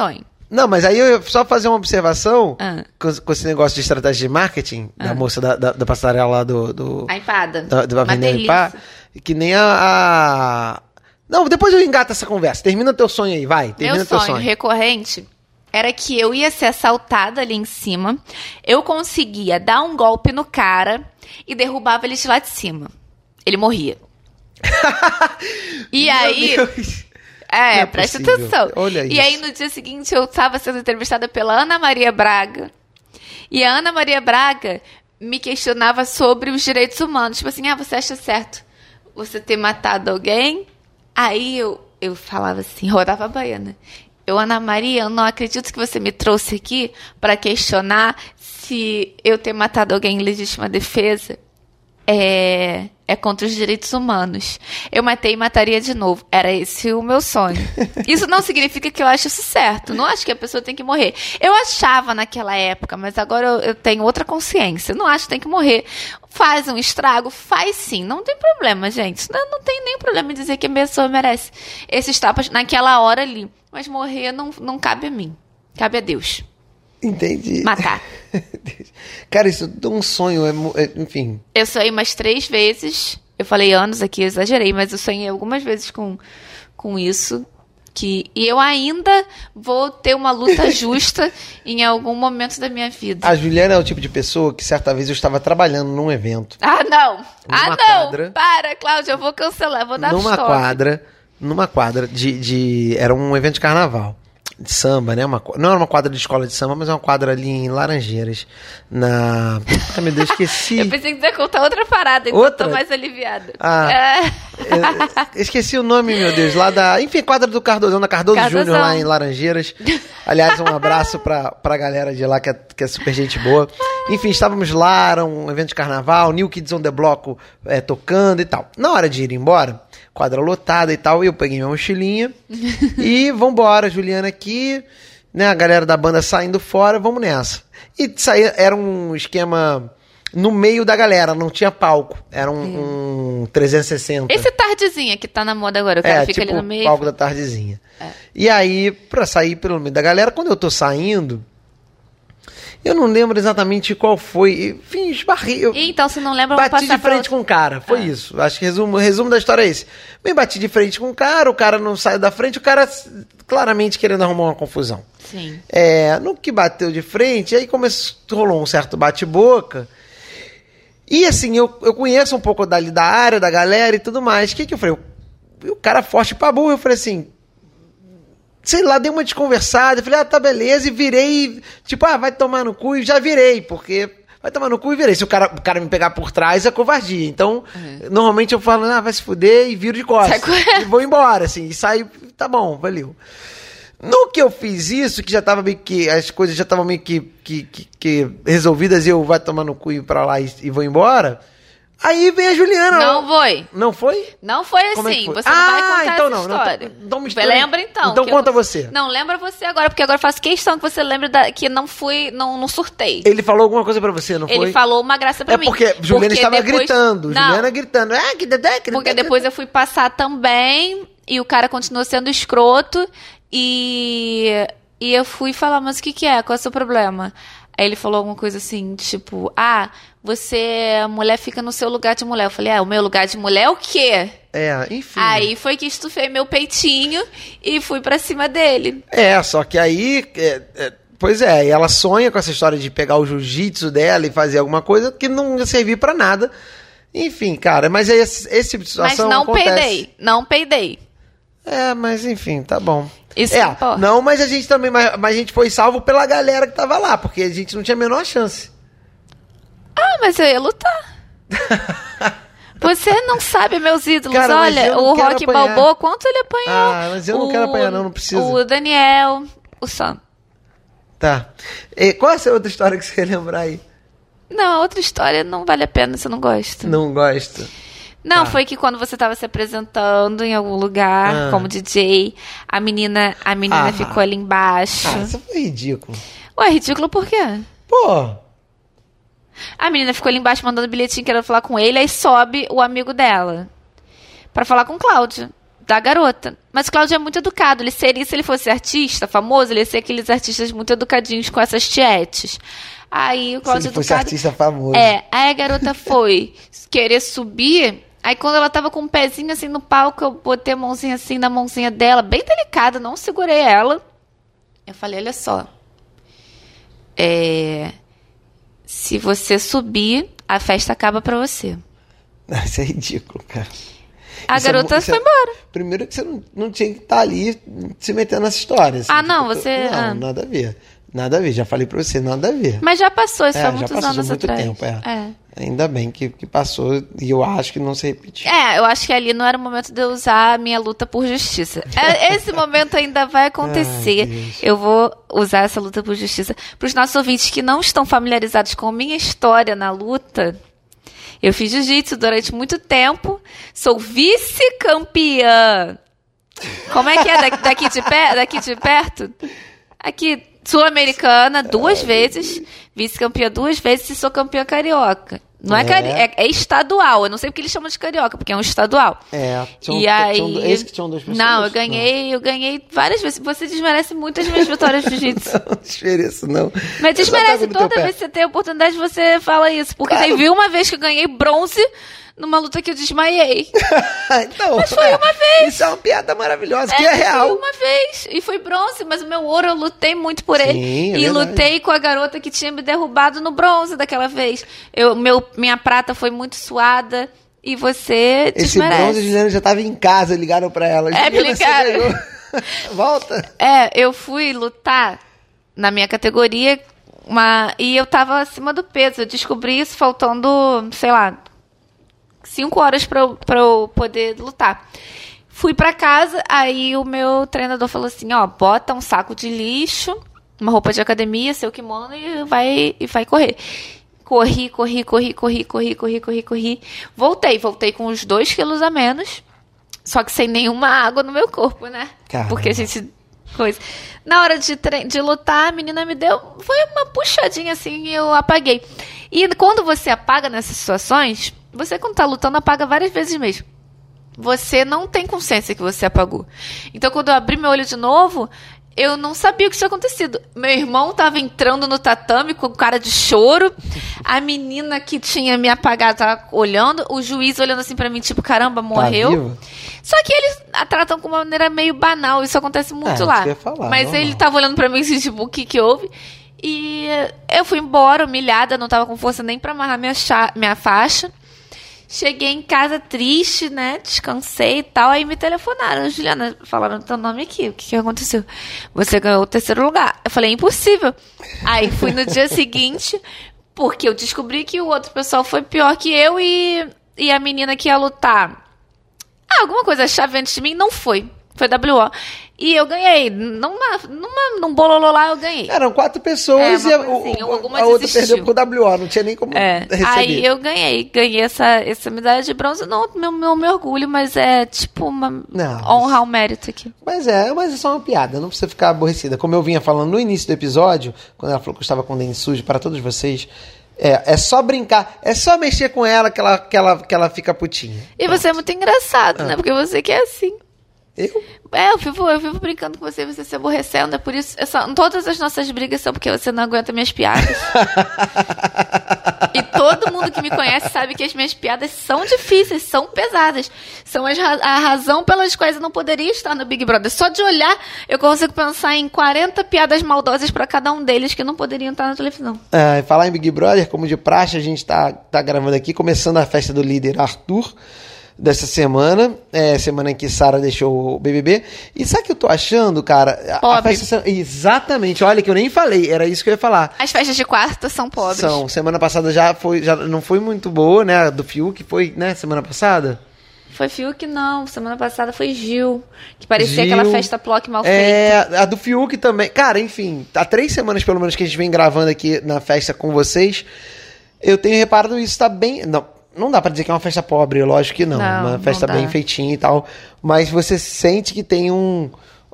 Não, mas aí eu só fazer uma observação com esse negócio de estratégia de marketing da moça da passarela lá do a empada. Da Avenida Ipá, que nem Não, depois eu engato essa conversa. Termina teu sonho aí, vai. Termina Meu sonho recorrente era que eu ia ser assaltada ali em cima, eu conseguia dar um golpe no cara e derrubava ele de lá de cima. Ele morria. E aí... Deus. Presta atenção. Olha e isso. aí, no dia seguinte, eu estava sendo entrevistada pela Ana Maria Braga. E a Ana Maria Braga me questionava sobre os direitos humanos. Tipo assim, você acha certo você ter matado alguém? Aí eu falava assim, rodava a baiana. Ana Maria, eu não acredito que você me trouxe aqui para questionar se eu ter matado alguém em legítima defesa é contra os direitos humanos. Eu matei e mataria de novo. Era esse o meu sonho. Isso não significa que eu acho isso certo. Não acho que a pessoa tem que morrer. Eu achava naquela época, mas agora eu tenho outra consciência. Não acho que tem que morrer. Faz um estrago? Faz sim. Não tem problema, gente. Não tem nem problema em dizer que a pessoa merece esses tapas naquela hora ali. Mas morrer não cabe a mim. Cabe a Deus. Entendi. Matar. Cara, isso é um sonho, enfim. Eu sonhei umas 3 vezes. Eu falei anos aqui, eu exagerei, mas eu sonhei algumas vezes com isso. E eu ainda vou ter uma luta justa em algum momento da minha vida. A Juliana é o tipo de pessoa que certa vez eu estava trabalhando num evento. Não! Numa não! quadra. Para, Cláudia, eu vou cancelar, vou dar Numa quadra era um evento de carnaval. De samba, né? Não era uma quadra de escola de samba, mas é uma quadra ali em Laranjeiras. Ai, meu Deus, esqueci. Eu pensei que você ia contar outra parada, então tô mais aliviada. Esqueci o nome, meu Deus. Lá enfim, quadra do Cardozão, da Cardoso Júnior, lá em Laranjeiras. Aliás, um abraço pra galera de lá, que é super gente boa. Enfim, estávamos lá, era um evento de carnaval, New Kids on the Block tocando e tal. Na hora de ir embora, quadra lotada e tal, eu peguei minha mochilinha e vambora, Juliana aqui, né, a galera da banda saindo fora, vamos nessa. E era um esquema no meio da galera, não tinha palco, era um 360. Esse tardezinha que tá na moda agora, o cara fica tipo ali no meio. Palco da tardezinha. E aí, pra sair pelo meio da galera, quando eu tô saindo, eu não lembro exatamente qual foi. Enfim, esbarrei. Então, se não lembra, eu bati de frente com o cara. Foi isso. Acho que o resumo da história é esse. Bem, bati de frente com o cara não saiu da frente, o cara claramente querendo arrumar uma confusão. Sim. No que bateu de frente, aí rolou um certo bate-boca. E assim, eu conheço um pouco da área, da galera e tudo mais. O que eu falei? O cara forte pra burro. Eu falei assim, sei lá, dei uma desconversada, falei, tá, beleza, e virei, tipo, vai tomar no cu, e já virei, porque vai tomar no cu e virei. Se o cara me pegar por trás, é covardia. Então, normalmente eu falo, vai se fuder, e viro de costas. E vou embora, assim, e saio, tá bom, valeu. No que eu fiz isso, que já tava meio que, as coisas já estavam meio que resolvidas, e eu vai tomar no cu e ir pra lá e vou embora... Aí vem a Juliana. Não foi. Não foi? Não foi assim. Como é que foi? Você não vai contar então essa história. Então lembra então. Então conta você. Não, lembra você agora, porque agora eu faço questão que você lembre que não fui, não surtei. Ele falou alguma coisa pra você, não foi? Ele falou uma graça pra mim. Porque Juliana estava gritando. Não, Juliana gritando. Porque depois eu fui passar também e o cara continuou sendo escroto e eu fui falar, mas o que é? Qual é o seu problema? Aí ele falou alguma coisa assim, tipo, a mulher fica no seu lugar de mulher. Eu falei, o meu lugar de mulher é o quê? Enfim. Aí foi que estufei meu peitinho e fui pra cima dele. Só que aí, pois e ela sonha com essa história de pegar o jiu-jitsu dela e fazer alguma coisa que não ia servir pra nada. Enfim, cara, mas aí esse tipo de situação acontece. Não peidei. Mas enfim, tá bom. Isso importa. Não, mas a gente também, mas a gente foi salvo pela galera que tava lá, porque a gente não tinha a menor chance. Mas eu ia lutar. Você não sabe, meus ídolos. Cara, olha, o Rock Balboa, quanto ele apanhou? Mas eu não quero apanhar, não precisa. O Daniel, o Sam. Tá. Qual é essa outra história que você quer lembrar aí? Não, a outra história não vale a pena, você não gosta. Não gosto. Não, foi que quando você estava se apresentando em algum lugar, como DJ, a menina ficou ali embaixo. Isso foi ridículo. Ué, ridículo por quê? Pô. A menina ficou ali embaixo mandando bilhetinho, querendo falar com ele, aí sobe o amigo dela pra falar com o Cláudio. da garota. Mas o Cláudio é muito educado. Ele seria, se ele fosse artista famoso, ele ia ser aqueles artistas muito educadinhos com essas tietes. Aí o Cláudio se ele fosse artista famoso. Aí a garota foi querer subir. Aí quando ela tava com um pezinho assim no palco, eu botei a mãozinha assim na mãozinha dela, bem delicada, não segurei ela. Eu falei, olha só. Se você subir, a festa acaba pra você. Isso é ridículo, cara. A garota foi embora. Primeiro que você não tinha que estar ali se metendo nessa história. Assim, você... Não, nada a ver. Nada a ver, já falei pra você, nada a ver. Mas já passou, isso há muitos anos muito atrás. Tempo, Ainda bem que passou e eu acho que não se repetiu. Eu acho que ali não era o momento de eu usar a minha luta por justiça. Esse momento ainda vai acontecer. Eu vou usar essa luta por justiça. Para os nossos ouvintes que não estão familiarizados com a minha história na luta, eu fiz jiu-jitsu durante muito tempo, sou vice-campeã. Como é que é daqui de perto? Aqui, sul-americana 2 vezes, vice-campeã 2 vezes e sou campeã carioca. Não é estadual. Eu não sei porque eles chamam de carioca, porque é um estadual. Esse que tinham 2 pessoas? Não, eu ganhei várias vezes. Você desmerece muito as minhas vitórias de jiu-jitsu. Não desmereço, não. Mas desmerece toda vez que você tem a oportunidade, você fala isso. Porque teve uma vez que eu ganhei bronze numa luta que eu desmaiei. Então, mas foi uma vez. Isso é uma piada maravilhosa, que é real. Foi uma vez. E foi bronze, mas o meu ouro eu lutei muito por ele. E lutei com a garota que tinha me derrubado no bronze daquela vez. Minha prata foi muito suada. E você desmerece. Esse bronze, a Juliana já estava em casa, ligaram pra ela. Ligaram. Volta. Eu fui lutar na minha categoria e eu tava acima do peso. Eu descobri isso faltando, sei lá, 5 horas pra eu poder lutar. Fui pra casa, aí o meu treinador falou assim, bota um saco de lixo, uma roupa de academia, seu kimono e vai correr. Corri. Voltei com uns 2 quilos a menos, só que sem nenhuma água no meu corpo, né? Caramba. Porque a gente... Na hora de lutar, a menina me deu... Foi uma puxadinha assim e eu apaguei. E quando você apaga nessas situações... Você, quando tá lutando, apaga várias vezes mesmo. Você não tem consciência que você apagou. Então, quando eu abri meu olho de novo, eu não sabia o que tinha acontecido. Meu irmão tava entrando no tatame com cara de choro. A menina que tinha me apagado tava olhando. O juiz olhando assim pra mim, tipo, caramba, morreu. Tá. Só que eles a tratam com uma maneira meio banal. Isso acontece muito lá. Mas normal. ele tava olhando pra mim assim, tipo, o que houve? E eu fui embora, humilhada. Não tava com força nem pra amarrar minha faixa. Cheguei em casa triste, né? Descansei e tal. Aí me telefonaram. Juliana, falaram teu nome aqui. O que aconteceu? Você ganhou o 3º lugar. Eu falei, impossível. Aí fui no dia seguinte, porque eu descobri que o outro pessoal foi pior que eu e a menina que ia lutar. Alguma coisa chave antes de mim não foi. Foi WO. E eu ganhei. Num bololô lá, eu ganhei. Eram 4 pessoas e a outra perdeu pro WO. Não tinha nem como receber. Aí eu ganhei essa medalha de bronze. Não meu orgulho, mas é tipo uma honra ao mérito aqui. Mas é só uma piada. Não precisa ficar aborrecida. Como eu vinha falando no início do episódio, quando ela falou que eu estava com o dente sujo, para todos vocês... É só brincar, é só mexer com ela que ela fica putinha. E você é muito engraçado, né? Porque você que é assim. Eu? Eu vivo brincando com você se aborrecendo. É por isso. Todas as nossas brigas são porque você não aguenta minhas piadas. E todo mundo que me conhece sabe que as minhas piadas são difíceis, são pesadas. São a razão pelas quais eu não poderia estar no Big Brother. Só de olhar, eu consigo pensar em 40 piadas maldosas para cada um deles que não poderiam estar na televisão. Falar em Big Brother, como de praxe, a gente tá gravando aqui, começando a festa do líder Arthur. Dessa semana, semana em que Sara deixou o BBB. E sabe o que eu tô achando, cara? A festa, exatamente, olha que eu nem falei, era isso que eu ia falar. As festas de quarta são pobres. Semana passada já não foi muito boa, né? Do Fiuk, foi, né? Semana passada? Foi Fiuk, não. Semana passada foi Gil, que parecia aquela festa Plock mal feita. A do Fiuk também. Cara, enfim, há 3 semanas pelo menos que a gente vem gravando aqui na festa com vocês, eu tenho reparado isso, tá bem... Não dá pra dizer que é uma festa pobre, lógico que não. Uma festa bem feitinha e tal. Mas você sente que tem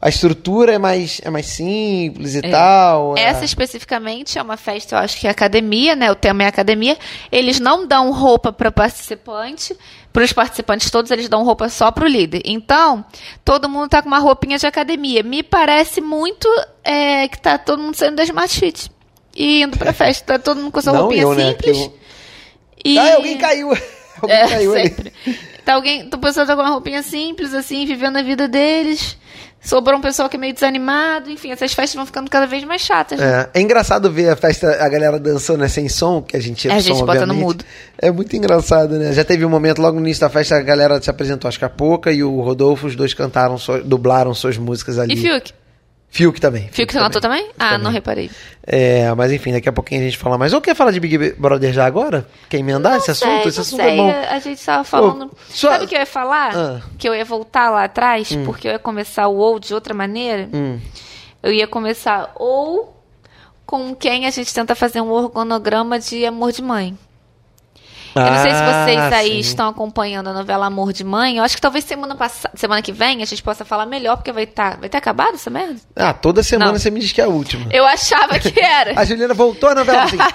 A estrutura é mais simples e tal. Essa especificamente é uma festa, eu acho que é academia, né? O tema é academia. Eles não dão roupa para participante. Para os participantes todos, eles dão roupa só para o líder. Então, todo mundo tá com uma roupinha de academia. Me parece muito que tá todo mundo saindo da Smart Fit e indo pra festa. Tá todo mundo com essa roupinha simples. Né? E... alguém caiu. Alguém caiu sempre. Ali. Tá o pessoal tá com uma roupinha simples, assim, vivendo a vida deles. Sobrou um pessoal que é meio desanimado. Enfim, essas festas vão ficando cada vez mais chatas. Né? É engraçado ver a festa, a galera dançando, né, sem som, que a gente tira o som, bota obviamente. No mudo. É muito engraçado, né? Já teve um momento, logo no início da festa, a galera se apresentou, acho que a Poca e o Rodolfo, os dois cantaram, dublaram suas músicas ali. E Fiuk? Fiuk também. Fiuk cantou também? Não reparei. Mas enfim, daqui a pouquinho a gente fala mais. Ou quer falar de Big Brother já agora? Quer emendar esse assunto? Esse assunto é bom. A gente tava falando... Sabe o que eu ia falar? Que eu ia voltar lá atrás, porque eu ia começar o ou de outra maneira. Eu ia começar ou com quem a gente tenta fazer um organograma de Amor de Mãe. Eu não sei se vocês aí estão acompanhando a novela Amor de Mãe. Eu acho que talvez semana que vem a gente possa falar melhor, porque vai ter acabado essa merda? Toda semana você me diz que é a última. Eu achava que era. A Juliana voltou a novela assim.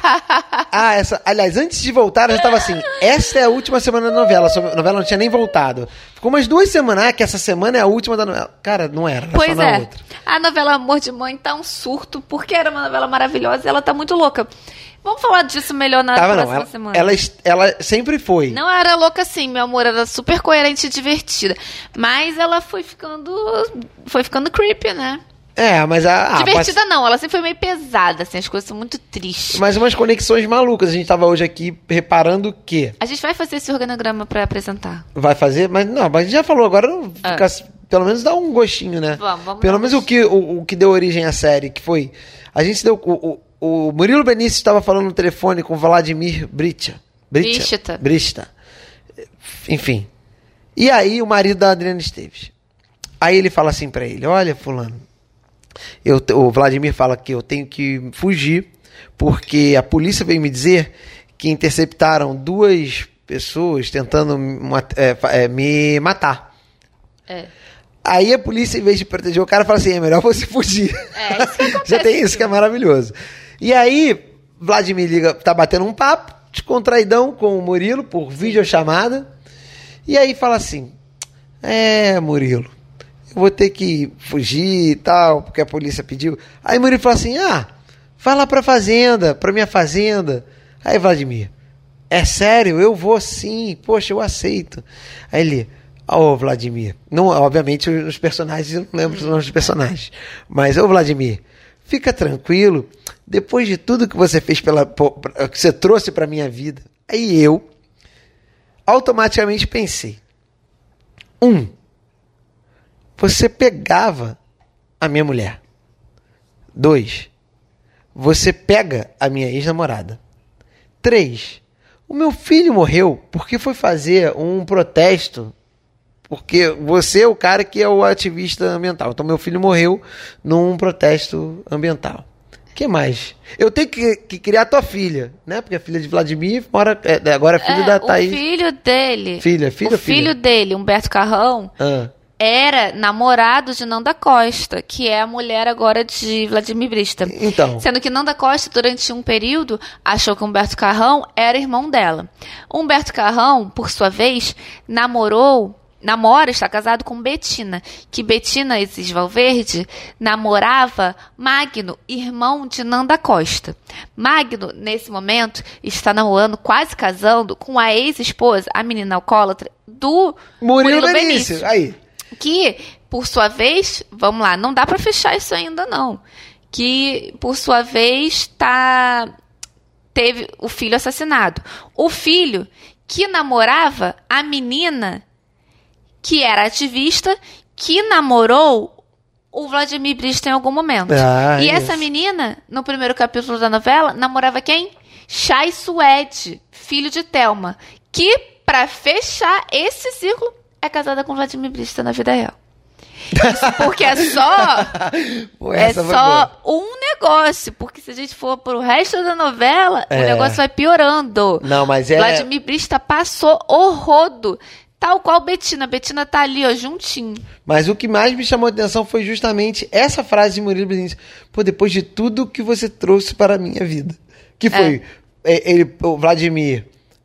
Aliás, antes de voltar, ela já estava assim. Essa é a última semana da novela. A novela não tinha nem voltado. Ficou umas 2 semanas. Que essa semana é a última da novela. Cara, não era. Pois só na outra. A novela Amor de Mãe tá um surto, porque era uma novela maravilhosa e ela tá muito louca. Vamos falar disso melhor na próxima semana. Ela sempre foi. Não era louca assim, meu amor. Era super coerente e divertida. Mas ela foi ficando creepy, né? Mas divertida não, ela sempre foi meio pesada, assim, as coisas são muito tristes. Mas umas conexões malucas. A gente tava hoje aqui reparando que... A gente vai fazer esse organograma pra apresentar. Vai fazer? Mas a gente já falou, agora pelo menos dá um gostinho, né? Vamos pelo menos o que deu origem à série, que foi... A gente deu... O Murilo Benício estava falando no telefone com o Vladimir Brista. Enfim. E aí o marido da Adriana Esteves. Aí ele fala assim pra ele, olha, fulano, o Vladimir fala que eu tenho que fugir porque a polícia veio me dizer que interceptaram 2 pessoas tentando me matar. Aí a polícia, em vez de proteger o cara, fala assim, é melhor você fugir. Isso que acontece. Já tem isso que é maravilhoso. E aí, Vladimir liga, tá batendo um papo, descontraidão com o Murilo, por videochamada. E aí fala assim, Murilo, eu vou ter que fugir e tal, porque a polícia pediu. Aí Murilo fala assim, vai lá pra minha fazenda. Aí Vladimir, é sério? Eu vou sim, poxa, eu aceito. Aí ele... Vladimir, não, obviamente os personagens, eu não lembro os nomes dos personagens, mas Vladimir, fica tranquilo, depois de tudo que você fez que você trouxe para minha vida, aí eu automaticamente pensei, você pegava a minha mulher, 2, você pega a minha ex-namorada, 3, o meu filho morreu porque foi fazer um protesto. Porque você é o cara que é o ativista ambiental. Então, meu filho morreu num protesto ambiental. O que mais? Eu tenho que criar tua filha, né? Porque a filha de Vladimir agora é filho da Thaís. O filho dele. O filho dele, Humberto Carrão, era namorado de Nanda Costa, que é a mulher agora de Vladimir Brista. Então. Sendo que Nanda Costa, durante um período, achou que Humberto Carrão era irmão dela. Humberto Carrão, por sua vez, está casado com Betina, que Betina Isis Valverde namorava Magno, irmão de Nanda Costa. Magno, nesse momento, está namorando, quase casando, com a ex-esposa, a menina alcoólatra, do Murilo Benício. Aí. Que, por sua vez, vamos lá, não dá para fechar isso ainda não, que, por sua vez, teve o filho assassinado. O filho que namorava a menina que era ativista, que namorou o Vladimir Brista em algum momento. Essa menina, no primeiro capítulo da novela, namorava quem? Chay Suede, filho de Thelma, que, para fechar esse círculo, é casada com Vladimir Brista na vida real. Isso porque é só um negócio, porque se a gente for pro resto da novela, o negócio vai piorando. Não, mas Vladimir Brista passou o rodo Tal qual Betina. Betina tá ali, ó, juntinho. Mas o que mais me chamou a atenção foi justamente essa frase de Murilo Benício. Pô, depois de tudo que você trouxe para a minha vida. Que foi, o Vladimir,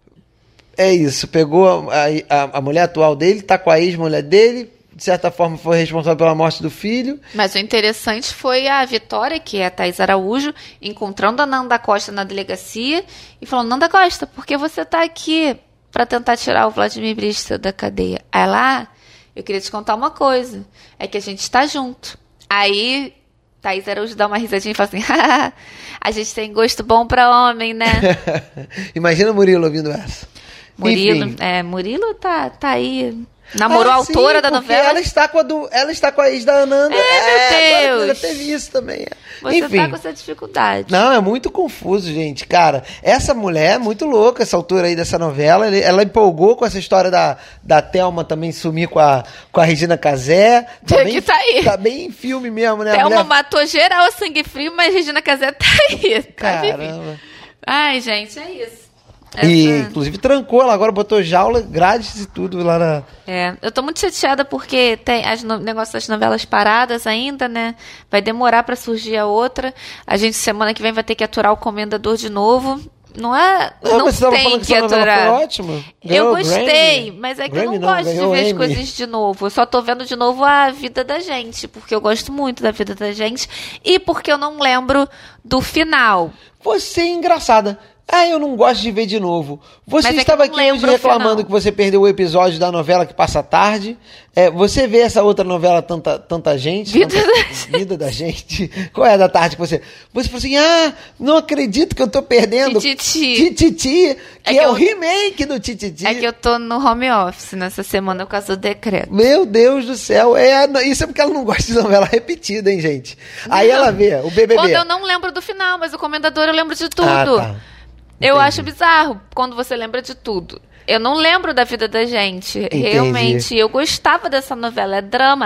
é isso, pegou a mulher atual dele, tá com a ex-mulher dele, de certa forma foi responsável pela morte do filho. Mas o interessante foi a Vitória, que é a Thaís Araújo, encontrando a Nanda Costa na delegacia e falando, Nanda Costa, por que você tá aqui para tentar tirar o Vladimir Brista da cadeia? Aí lá, eu queria te contar uma coisa, é que a gente tá junto. Aí Thaís Araújo dá uma risadinha e fala assim, a gente tem gosto bom pra homem, né? Imagina o Murilo ouvindo essa. Murilo tá aí. Namorou a autora da novela. Ela está com a ex da Ananda. Meu Deus. Já teve isso também. Você Enfim. tá com essa dificuldade. Não, é muito confuso, gente. Cara, essa mulher é muito louca, essa autora aí dessa novela. Ela empolgou com essa história da Thelma também sumir com a Regina Casé. Tá aí. Tá bem em filme mesmo, né? Thelma matou geral a sangue frio, mas Regina Casé tá aí. Caramba. Ai, gente, é isso. E, inclusive, trancou ela agora, botou jaula, grades e tudo lá na... Eu tô muito chateada porque tem negócio das novelas paradas ainda, né? Vai demorar pra surgir a outra. A gente, semana que vem, vai ter que aturar o Comendador de novo. Não tem que aturar. Foi ótimo. Eu gostei, mas é que eu não gosto de ver as coisas de novo. Eu só tô vendo de novo a vida da gente, porque eu gosto muito da vida da gente e porque eu não lembro do final. Você é engraçada. Eu não gosto de ver de novo. Você estava aqui hoje reclamando que você perdeu o episódio da novela que passa tarde. Você vê essa outra novela, tanta gente. Vida da gente. Qual é a da tarde que você falou assim, não acredito que eu tô perdendo. Tititi. Que é o remake do Tititi. É que eu tô no home office nessa semana por causa do decreto. Meu Deus do céu. Isso é porque ela não gosta de novela repetida, hein, gente? Aí ela vê o BBB. Quando eu não lembro do final, mas o Comendador eu lembro de tudo. Tá. Eu acho bizarro quando você lembra de tudo. Eu não lembro da vida da gente. Entendi. Realmente, eu gostava dessa novela, é drama.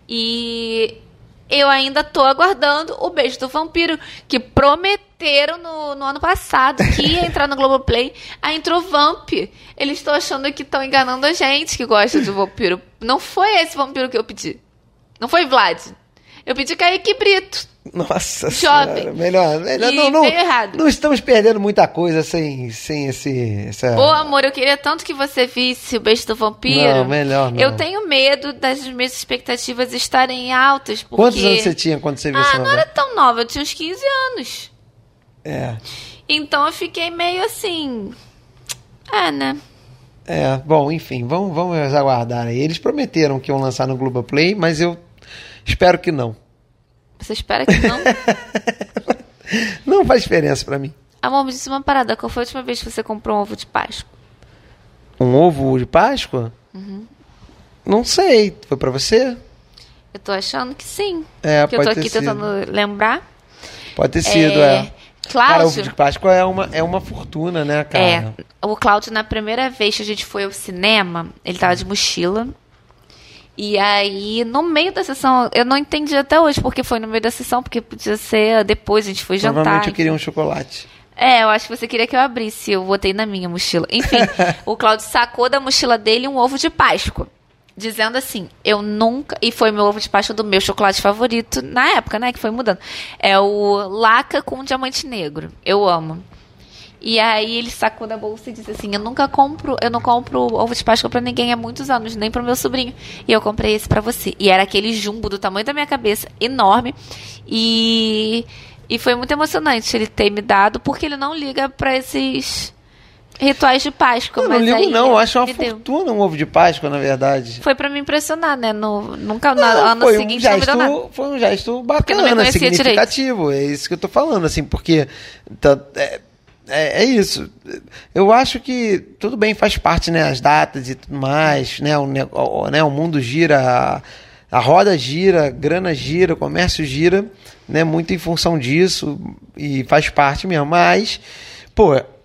E eu ainda tô aguardando o Beijo do Vampiro, que prometeram no ano passado que ia entrar no Globoplay. Aí entrou Vamp. Eles estão achando que estão enganando a gente que gosta de vampiro. Não foi esse vampiro que eu pedi. Não foi Vlad. Eu pedi Kaique Brito. Nossa jovem. Senhora, melhor não errado. Não estamos perdendo muita coisa sem essa... Ô, amor, eu queria tanto que você visse o Beijo do Vampiro. Não, melhor não. Eu tenho medo das minhas expectativas estarem altas, porque... Quantos anos você tinha quando você viu essa novela? Não era tão nova, eu tinha uns 15 anos. Então eu fiquei meio assim... né? Bom, enfim, vamos aguardar aí. Eles prometeram que iam lançar no Globoplay, mas eu espero que não. Você espera que não? Não faz diferença pra mim. Amor, me disse uma parada. Qual foi a última vez que você comprou um ovo de Páscoa? Um ovo de Páscoa? Uhum. Não sei. Foi pra você? Eu tô achando que sim. Porque eu tô aqui tentando lembrar. Pode ter sido, Cláudio... Cara, ovo de Páscoa é uma fortuna, né, cara? O Cláudio, na primeira vez que a gente foi ao cinema, ele tava de mochila. E aí, no meio da sessão, eu não entendi até hoje porque foi no meio da sessão, porque podia ser depois, a gente foi jantar. Provavelmente eu queria um chocolate. Eu acho que você queria que eu abrisse, eu botei na minha mochila. Enfim, o Cláudio sacou da mochila dele um ovo de Páscoa, dizendo assim, eu nunca... E foi meu ovo de Páscoa do meu chocolate favorito, na época, né, que foi mudando. É o Laca com diamante negro, eu amo. E aí ele sacou da bolsa e disse assim, eu não compro ovo de Páscoa pra ninguém há muitos anos, nem pro meu sobrinho. E eu comprei esse pra você. E era aquele jumbo do tamanho da minha cabeça, enorme. E foi muito emocionante ele ter me dado, porque ele não liga pra esses rituais de Páscoa. Eu não ligo não, eu acho uma fortuna um ovo de Páscoa, na verdade. Foi pra me impressionar, né? No ano seguinte não me deu nada. Foi um gesto bacana, significativo. Direito. É isso que eu tô falando, assim, porque... É isso. Eu acho que tudo bem, faz parte, né? As datas e tudo mais, né? O mundo gira, a roda gira, a grana gira, o comércio gira, né? Muito em função disso e faz parte mesmo. Mas,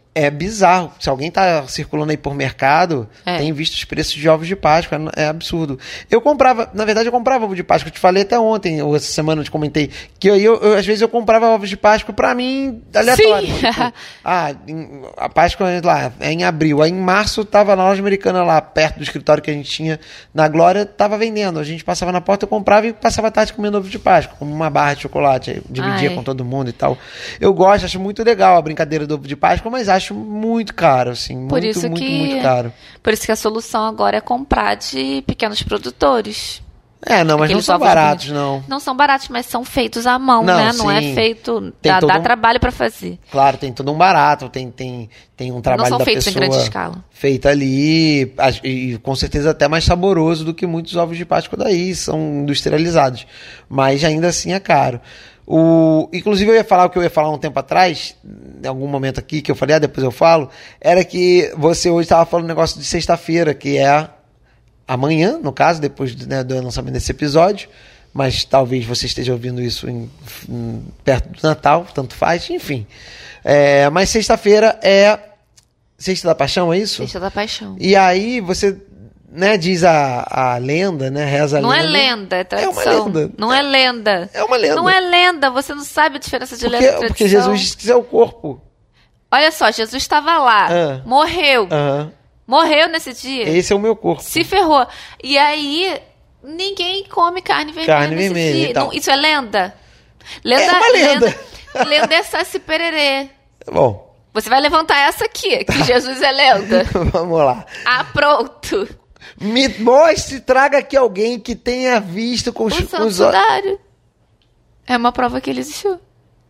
É bizarro. Se alguém tá circulando aí por mercado, tem visto os preços de ovos de Páscoa. É absurdo. Na verdade, eu comprava ovo de Páscoa. Eu te falei até ontem, ou essa semana eu te comentei, que eu às vezes eu comprava ovos de Páscoa pra mim, aleatório. Tipo, a Páscoa lá é em abril. Aí em março tava na loja americana lá, perto do escritório que a gente tinha na Glória, tava vendendo. A gente passava na porta, eu comprava e passava a tarde comendo ovo de Páscoa, como uma barra de chocolate. Dividia com todo mundo e tal. Eu gosto, acho muito legal a brincadeira do ovo de Páscoa, mas acho muito caro, assim, muito caro. Por isso que a solução agora é comprar de pequenos produtores. Não, mas não são baratos, não. Não são baratos, mas são feitos à mão, né? Não é feito... Dá trabalho pra fazer. Claro, tem todo um barato, tem um trabalho da pessoa... Não são feitos em grande escala. Feito ali, e com certeza até mais saboroso do que muitos ovos de Páscoa daí, são industrializados. Mas ainda assim é caro. Inclusive eu ia falar o que eu ia falar um tempo atrás, em algum momento aqui, que eu falei, depois eu falo, era que você hoje estava falando um negócio de sexta-feira, que é amanhã, no caso, depois do lançamento desse episódio, mas talvez você esteja ouvindo isso perto do Natal, tanto faz, enfim. Mas sexta-feira é Sexta da Paixão, é isso? Sexta da Paixão. E aí você... diz a lenda, reza a lenda. Não é lenda, é tradição. É uma lenda. Não é lenda. É uma lenda. Não é lenda, você não sabe a diferença de lenda e tradição. Porque Jesus disse que é o corpo. Olha só, Jesus estava lá, morreu. Morreu nesse dia. Esse é o meu corpo. Se ferrou. E aí, ninguém come carne vermelha nesse dia. Então. Não, isso é lenda. É uma lenda. Lenda é Saci Pererê. Bom. Você vai levantar essa aqui, que Jesus é lenda. Vamos lá. Pronto. Me mostre, traga aqui alguém que tenha visto com os olhos. É uma prova que ele existiu.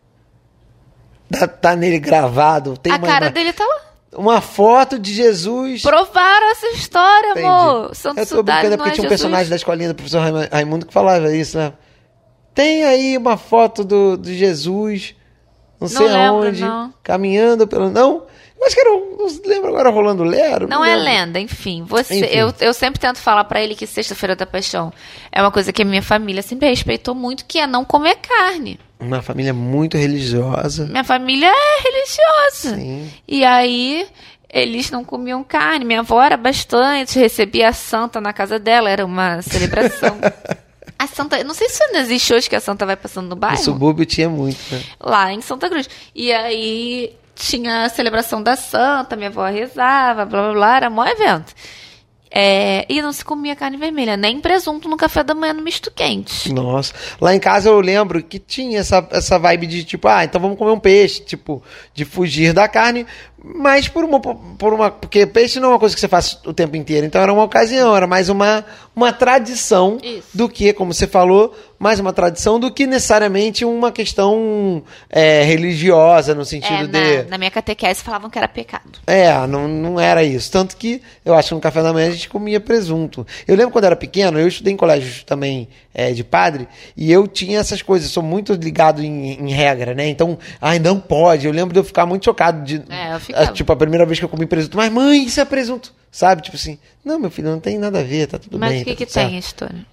Tá nele gravado. Tem cara dele tá lá. Uma foto de Jesus. Provaram essa história, Entendi. Amor. Santo Eu tô brincando porque tinha um personagem da escolinha do professor Raimundo que falava isso, né? Tem aí uma foto de Jesus, não sei aonde, caminhando pelo... Não? Eu acho que não lembro agora, Rolando Lero. Não é lenda, enfim. Eu sempre tento falar pra ele que Sexta-feira da Paixão é uma coisa que a minha família sempre respeitou muito, que é não comer carne. Uma família muito religiosa. Minha família é religiosa. Sim. E aí, eles não comiam carne. Minha avó era bastante, recebia a santa na casa dela, era uma celebração. A santa, eu não sei se ainda existe hoje que a santa vai passando no bairro. No subúrbio tinha muito, né? Lá em Santa Cruz. E aí tinha a celebração da santa, minha avó rezava, blá blá blá, era maior evento. E não se comia carne vermelha, nem presunto no café da manhã no misto quente. Nossa, lá em casa eu lembro que tinha essa vibe de tipo, então vamos comer um peixe, tipo, de fugir da carne, mas porque peixe não é uma coisa que você faz o tempo inteiro, então era uma ocasião, era mais uma tradição. Isso. Do que, como você falou, mais uma tradição do que necessariamente uma questão religiosa, no sentido na minha catequese falavam que era pecado. Não era isso, tanto que eu acho que no café da manhã a gente comia presunto. Eu lembro quando eu era pequeno, eu estudei em colégio também de padre, e eu tinha essas coisas, eu sou muito ligado em regra, né? Então, não pode. Eu lembro de eu ficar muito chocado tipo, a primeira vez que eu comi presunto, mas mãe, isso é presunto, sabe? Tipo assim, não, meu filho, não tem nada a ver, tá tudo bem. Mas o que tem a história?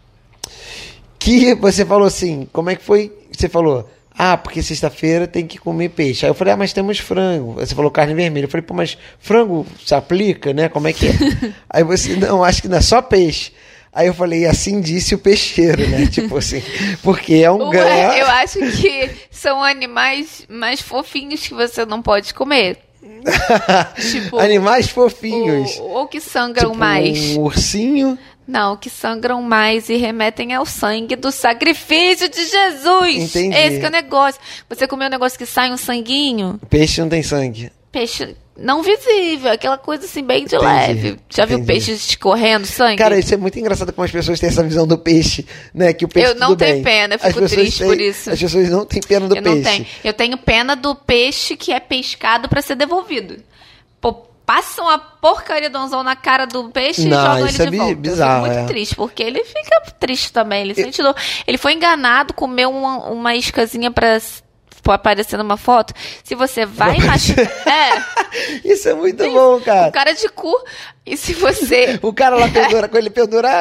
Que você falou assim, como é que foi? Você falou, porque sexta-feira tem que comer peixe. Aí eu falei, mas temos frango. Você falou carne vermelha. Eu falei, mas frango se aplica, né? Como é que é? Aí você, não, acho que não é só peixe. Aí eu falei, assim disse o peixeiro, né? Tipo assim, porque é um ganho. Eu acho que são animais mais fofinhos que você não pode comer. Tipo, animais fofinhos. Ou que sangram mais. Um ursinho. Não, que sangram mais e remetem ao sangue do sacrifício de Jesus. Entendi. Esse que é o negócio. Você comeu um negócio que sai um sanguinho. Peixe não tem sangue. Peixe não visível, aquela coisa assim bem de leve. Já viu peixe escorrendo sangue? Cara, isso é muito engraçado como as pessoas têm essa visão do peixe, né? Que o peixe eu não tenho pena, eu fico triste por isso. As pessoas não têm pena do peixe. Eu tenho pena do peixe que é pescado pra ser devolvido. Passam a porcaria do anzol na cara do peixe e jogam ele de volta. Bizarro, eu fico muito triste, porque ele fica triste também. Ele sente dor. Ele foi enganado, comeu uma iscazinha pra aparecer numa foto. Se você vai machucar... Isso é muito bom, cara. O cara de cu. E se você... O cara lá com ele pendurado.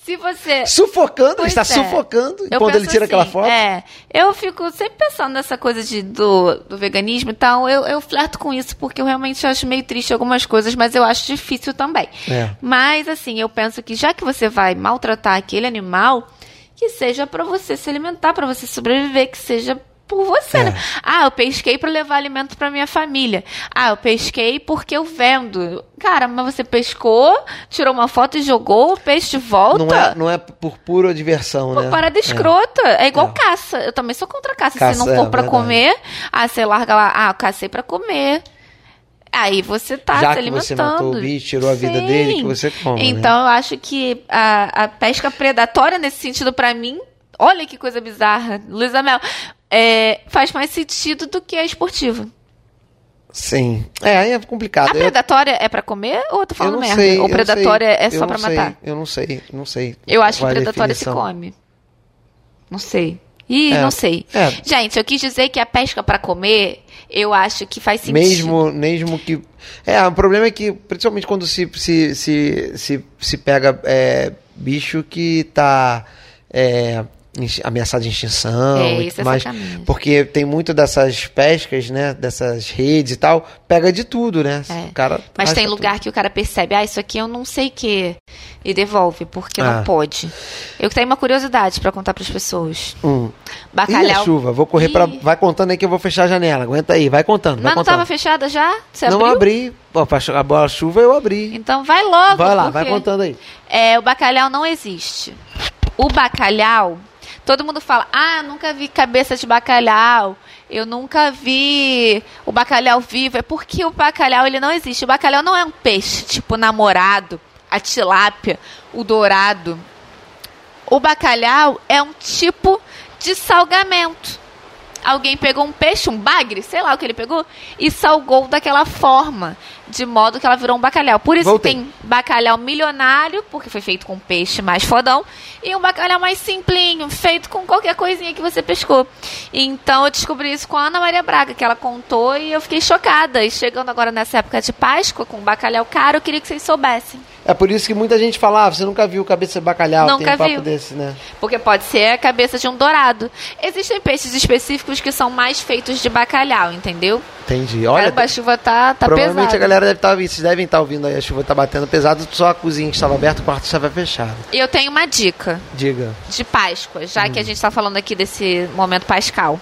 Se você... Sufocando, ele está sufocando quando ele tira aquela foto. Eu fico sempre pensando nessa coisa do veganismo e tal. Eu flerto com isso porque eu realmente acho meio triste algumas coisas, mas eu acho difícil também. Mas, assim, eu penso que já que você vai maltratar aquele animal, que seja para você se alimentar, para você sobreviver, que seja por você, né? Eu pesquei para levar alimento para minha família. Eu pesquei porque eu vendo. Cara, mas você pescou, tirou uma foto e jogou o peixe de volta? Não é por pura diversão, né? Parada escrota. É igual caça. Eu também sou contra caça. Se não for para comer, você larga lá. Eu cacei para comer. Aí você tá se alimentando. Já que você matou o bicho, tirou a vida dele, que você come, então, eu acho que a pesca predatória, nesse sentido, para mim, olha que coisa bizarra, Luísa Mel, faz mais sentido do que a esportiva. Sim. Aí é complicado. A predatória é pra comer ou eu tô falando merda? Ou predatória é só pra matar? Eu não sei. Eu acho que predatória se come. Não sei. Não sei. Gente, eu quis dizer que a pesca pra comer, eu acho que faz sentido. Mesmo que... o problema é que, principalmente quando se pega bicho que tá... ameaçado de extinção, porque tem muito dessas pescas, né, dessas redes e tal, pega de tudo, né? O cara mas tem lugar que o cara percebe, isso aqui eu não sei o que, e devolve, porque não pode. Eu tenho uma curiosidade pra contar pras pessoas. Bacalhau. E a chuva? Vou correr vai contando aí que eu vou fechar a janela, aguenta aí, vai contando. Mas não tava fechada já? Você não abri, a bola chuva eu abri. Então vai logo. Vai lá, vai contando aí. O bacalhau não existe. O bacalhau, todo mundo fala, eu nunca vi cabeça de bacalhau, eu nunca vi o bacalhau vivo. É porque o bacalhau, ele não existe. O bacalhau não é um peixe, tipo namorado, a tilápia, o dourado. O bacalhau é um tipo de salgamento. Alguém pegou um peixe, um bagre, sei lá o que ele pegou, e salgou daquela forma, de modo que ela virou um bacalhau. Por isso tem bacalhau milionário, porque foi feito com peixe mais fodão, e um bacalhau mais simplinho, feito com qualquer coisinha que você pescou. Então eu descobri isso com a Ana Maria Braga, que ela contou, e eu fiquei chocada. E chegando agora nessa época de Páscoa, com bacalhau caro, eu queria que vocês soubessem. É por isso que muita gente fala, você nunca viu cabeça de bacalhau, nunca tem um papo viu. Desse, né? Porque pode ser a cabeça de um dourado. Existem peixes específicos que são mais feitos de bacalhau, entendeu? Entendi. Olha, a chuva tá pesada. Provavelmente a galera vocês devem estar ouvindo aí, a chuva tá batendo pesado, só a cozinha que estava aberta, o quarto estava fechado. E eu tenho uma dica. Diga. De Páscoa, já que a gente tá falando aqui desse momento pascal.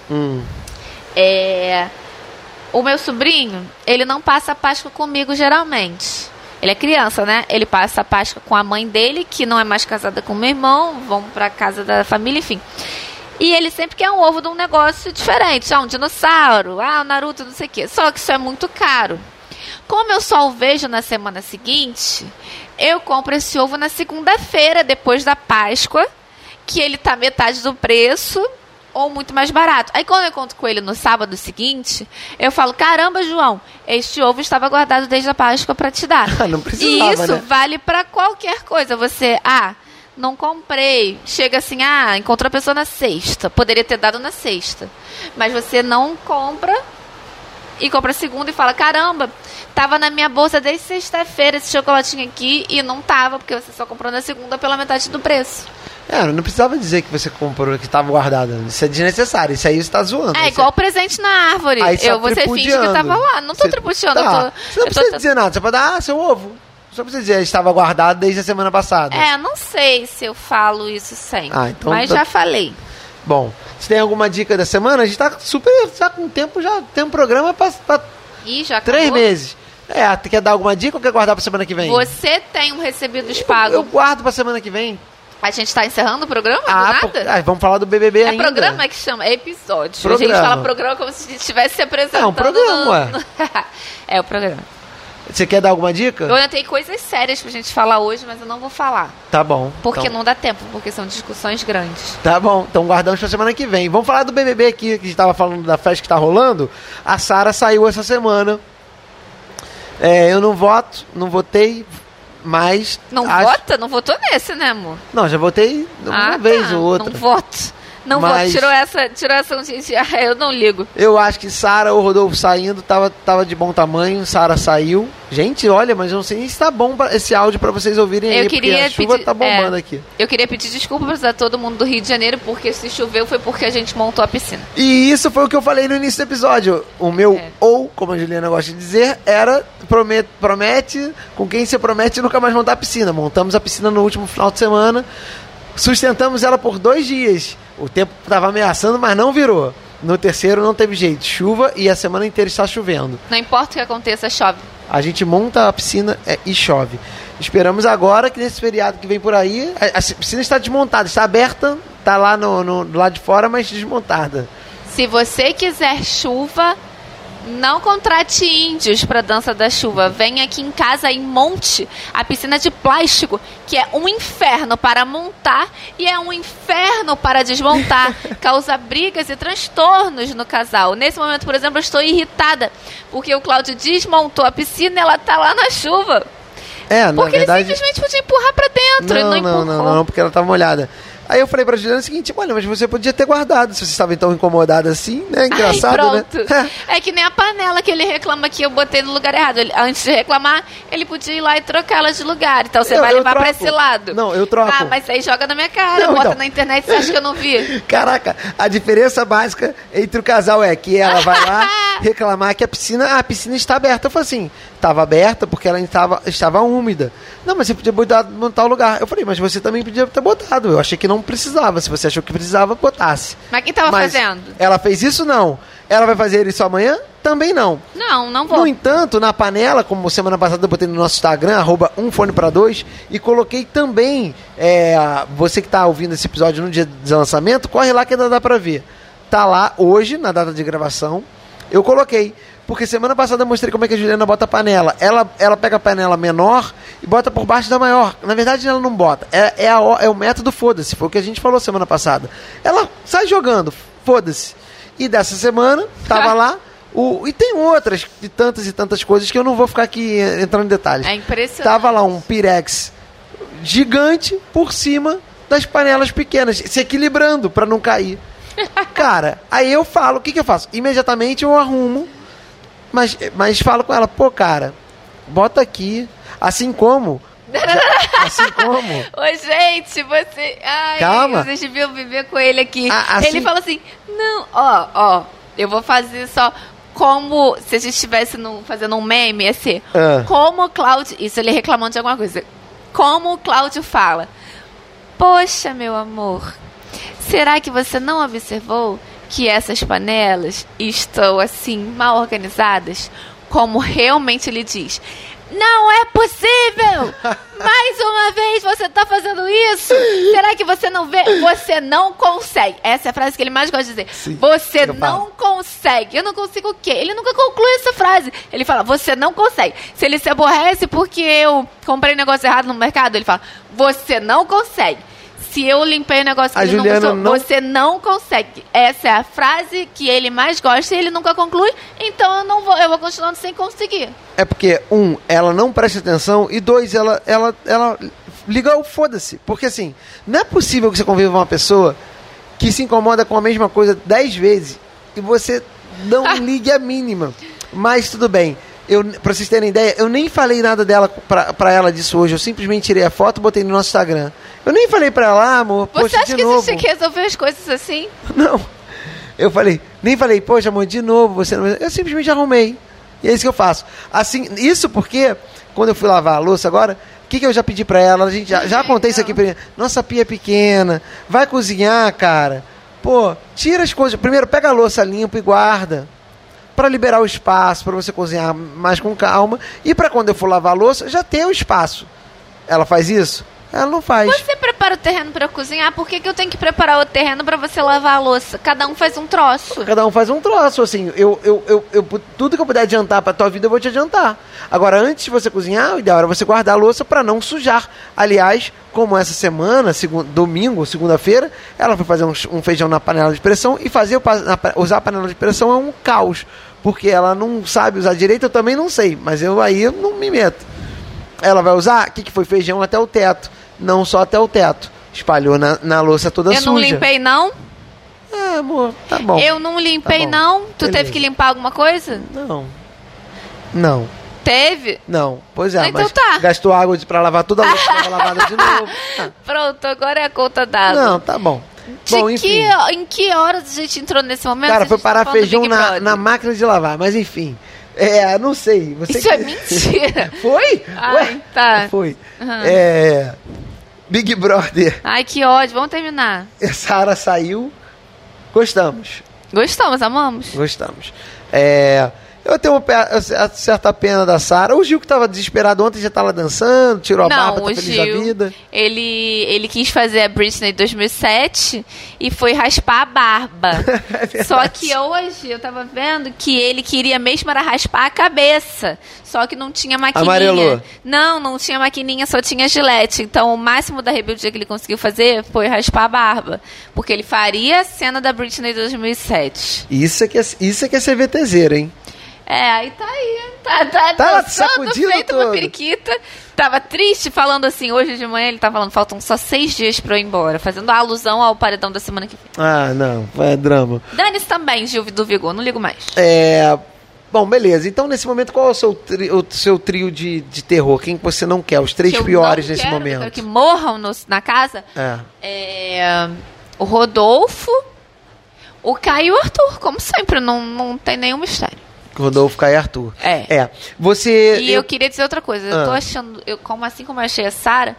O meu sobrinho, ele não passa a Páscoa comigo geralmente. Ele é criança, né? Ele passa a Páscoa com a mãe dele, que não é mais casada com o meu irmão, vão pra casa da família, enfim. E ele sempre quer um ovo de um negócio diferente. Um dinossauro, um Naruto, não sei o quê. Só que isso é muito caro. Como eu só o vejo na semana seguinte, eu compro esse ovo na segunda-feira, depois da Páscoa, que ele tá metade do preço ou muito mais barato. Aí quando eu encontro com ele no sábado seguinte, eu falo, caramba, João, este ovo estava guardado desde a Páscoa para te dar. Não precisava, e isso, né? vale para qualquer coisa. Você, não comprei. Chega assim, encontrou a pessoa na sexta. Poderia ter dado na sexta. Mas você não compra e compra segunda e fala, caramba, tava na minha bolsa desde sexta-feira esse chocolatinho aqui e não tava, porque você só comprou na segunda pela metade do preço. Não precisava dizer que você comprou, que estava guardado. Isso é desnecessário, isso aí você tá zoando. Igual presente na árvore. Você finge que tava lá. Não tô tripudiando. Você não precisa dizer nada, você pode dar, seu ovo. Só precisa dizer, estava guardado desde a semana passada. Não sei se eu falo isso sempre, então mas já falei. Bom, você tem alguma dica da semana? A gente tá já com tempo, já tem um programa pra já 3 meses. Quer dar alguma dica ou quer guardar pra semana que vem? Você tem um recebidos pagos. Eu guardo pra semana que vem. A gente tá encerrando o programa? Do nada? Vamos falar do BBB ainda. Programa que chama? É episódio. A gente fala programa como se estivesse se apresentando. É um programa, É o programa. Você quer dar alguma dica? Eu anotei coisas sérias pra gente falar hoje, mas eu não vou falar. Tá bom. Porque não dá tempo, porque são discussões grandes. Tá bom, então guardamos pra semana que vem. Vamos falar do BBB aqui, que a gente tava falando da festa que tá rolando. A Sara saiu essa semana. Eu não voto, não votei, mas... Não vota? Não votou nesse, né, amor? Não, já votei uma vez ou outra. Não voto. Não vou, tirou essa, gente, eu não ligo. Eu acho que Sara ou Rodolfo saindo tava de bom tamanho, Sara saiu. Gente, olha, mas eu não sei nem se tá bom esse áudio pra vocês ouvirem aí, porque a chuva tá bombando aqui. Eu queria pedir desculpas a todo mundo do Rio de Janeiro, porque se choveu foi porque a gente montou a piscina. E isso foi o que eu falei no início do episódio. O meu ou, como a Juliana gosta de dizer, era promete, com quem você promete nunca mais montar a piscina. Montamos a piscina no último final de semana, sustentamos ela por 2 dias. O tempo estava ameaçando, mas não virou. No terceiro não teve jeito, chuva e a semana inteira está chovendo. Não importa o que aconteça, chove. A gente monta a piscina e chove. Esperamos agora que nesse feriado que vem por aí, a piscina está desmontada, está aberta, está lá no lado de fora, mas desmontada. Se você quiser chuva, não contrate índios para dança da chuva. Vem aqui em casa e monte a piscina de plástico, que é um inferno para montar e é um inferno para desmontar. Causa brigas e transtornos no casal. Nesse momento, por exemplo, eu estou irritada porque o Cláudio desmontou a piscina e ela tá lá na chuva. Porque ele simplesmente podia empurrar para dentro. Ele não empurrou. Não, porque ela estava molhada. Aí eu falei pra Juliana o seguinte: olha, mas você podia ter guardado, se você estava tão incomodada assim, né? Engraçado, pronto. Né? É que nem a panela que ele reclama que eu botei no lugar errado. Antes de reclamar, ele podia ir lá e trocar ela de lugar. Então você vai levar pra esse lado. Não, eu troco. Ah, mas aí joga na minha cara, bota então na internet, você acha que eu não vi? Caraca, a diferença básica entre o casal é que ela vai lá reclamar que a piscina está aberta. Eu falei assim, estava aberta porque ela estava úmida. Não, mas você podia botar em tal lugar. Eu falei, mas você também podia ter botado. Eu achei que não precisava. Se você achou que precisava, botasse. Mas quem estava fazendo? Ela fez isso? Não. Ela vai fazer isso amanhã? Também não. Não vou. No entanto, na panela, como semana passada eu botei no nosso Instagram, @umfone-para-2, e coloquei também, você que está ouvindo esse episódio no dia de lançamento, corre lá que ainda dá para ver. Tá lá hoje, na data de gravação, eu coloquei. Porque semana passada eu mostrei como é que a Juliana bota a panela. Ela pega a panela menor e bota por baixo da maior. Na verdade, ela não bota. É o método foda-se. Foi o que a gente falou semana passada. Ela sai jogando, foda-se. E dessa semana, tava lá. E tem outras, de tantas e tantas coisas que eu não vou ficar aqui entrando em detalhes. É impressionante. Tava lá um Pirex gigante por cima das panelas pequenas, se equilibrando para não cair. Cara, aí eu falo, o que eu faço? Imediatamente eu arrumo. Mas falo com ela, pô, cara, bota aqui, assim como... Ô, gente, você... Ai, calma. Vocês deviam viver com ele aqui. Ele fala assim, não, eu vou fazer só como... Se a gente estivesse fazendo um meme, ia ser... Como o Cláudio... Isso, ele reclamando de alguma coisa. Como o Cláudio fala, poxa, meu amor, será que você não observou que essas panelas estão assim mal organizadas, como realmente ele diz? Não é possível! Mais uma vez você está fazendo isso? Será que você não vê? Você não consegue. Essa é a frase que ele mais gosta de dizer. Sim, você não consegue. Eu não consigo o quê? Ele nunca conclui essa frase. Ele fala, você não consegue. Se ele se aborrece porque eu comprei negócio errado no mercado, ele fala, você não consegue. Se eu limpei o negócio que ele não gostou, você não consegue. Essa é a frase que ele mais gosta e ele nunca conclui, então eu vou continuando sem conseguir. É porque, ela não presta atenção, e 2, ela liga o foda-se. Porque assim, não é possível que você conviva com uma pessoa que se incomoda com a mesma coisa 10 vezes e você não ligue a mínima. Mas tudo bem. Pra vocês terem ideia, eu nem falei nada dela pra ela disso hoje. Eu simplesmente tirei a foto e botei no nosso Instagram. Eu nem falei pra ela, amor, poxa, de novo. Você acha que você tinha que resolver as coisas assim? Não. Nem falei, poxa, amor, de novo, você não... Eu simplesmente arrumei. E é isso que eu faço. Assim, isso porque, quando eu fui lavar a louça agora, o que eu já pedi pra ela? A gente já contei isso aqui pra ela. Nossa pia é pequena, vai cozinhar, cara. Pô, tira as coisas. Primeiro, pega a louça limpa e guarda. Para liberar o espaço, para você cozinhar mais com calma. E para quando eu for lavar a louça, já ter o espaço. Ela faz isso? Ela não faz. Você prepara o terreno para cozinhar? Por que eu tenho que preparar o terreno para você lavar a louça? Cada um faz um troço. Cada um faz um troço, assim. Tudo que eu puder adiantar para tua vida, eu vou te adiantar. Agora, antes de você cozinhar, o ideal era você guardar a louça para não sujar. Aliás, como essa semana, domingo, segunda-feira, ela foi fazer um feijão na panela de pressão e usar a panela de pressão é um caos. Porque ela não sabe usar direito, eu também não sei. Mas eu não me meto. Ela vai usar, o que foi? Feijão até o teto. Não só até o teto. Espalhou na louça toda suja. Eu não limpei, não? Ah, amor, tá bom. Eu não limpei, não. Tu teve que limpar alguma coisa? Não. Teve? Não. Pois é, então mas tá. gastou água pra lavar toda a louça, tava lavada de novo. Pronto, agora é a conta dada. Não, tá bom. Bom, enfim. Em que horas a gente entrou nesse momento? Cara, foi parar feijão na máquina de lavar, mas enfim. Não sei. Isso é mentira. Foi? Ai, tá. Foi. Big Brother. Ai, que ódio. Vamos terminar. Sara saiu. Gostamos. Gostamos, amamos. Gostamos. Eu tenho uma certa pena da Sara. O Gil, que tava desesperado ontem, já tava dançando, tirou a barba, tá feliz da vida. Ele quis fazer a Britney 2007 e foi raspar a barba. Só que hoje eu tava vendo que ele queria mesmo era raspar a cabeça. Só que não tinha maquininha. Amarelou. Não tinha maquininha, só tinha Gillette. Então o máximo da rebeldia que ele conseguiu fazer foi raspar a barba. Porque ele faria a cena da Britney 2007. Isso é que é ser VTZero, hein? Aí tá aí. Tá sacudido feito todo. uma periquita. Tava triste, falando assim, hoje de manhã ele tá falando, faltam só 6 dias pra eu ir embora. Fazendo a alusão ao paredão da semana que vem. Ah, não, é drama. Dane-se também, Gil do Vigor, não ligo mais. Bom, beleza. Então, nesse momento, qual é o seu trio de terror? Quem você não quer? Os 3 piores nesse momento. Eu quero que morram na casa. O Rodolfo, o Caio e o Arthur, como sempre, não tem nenhum mistério. Rodolfo, Caio e Arthur. Você... E eu queria dizer outra coisa. Eu tô achando, assim como eu achei a Sara,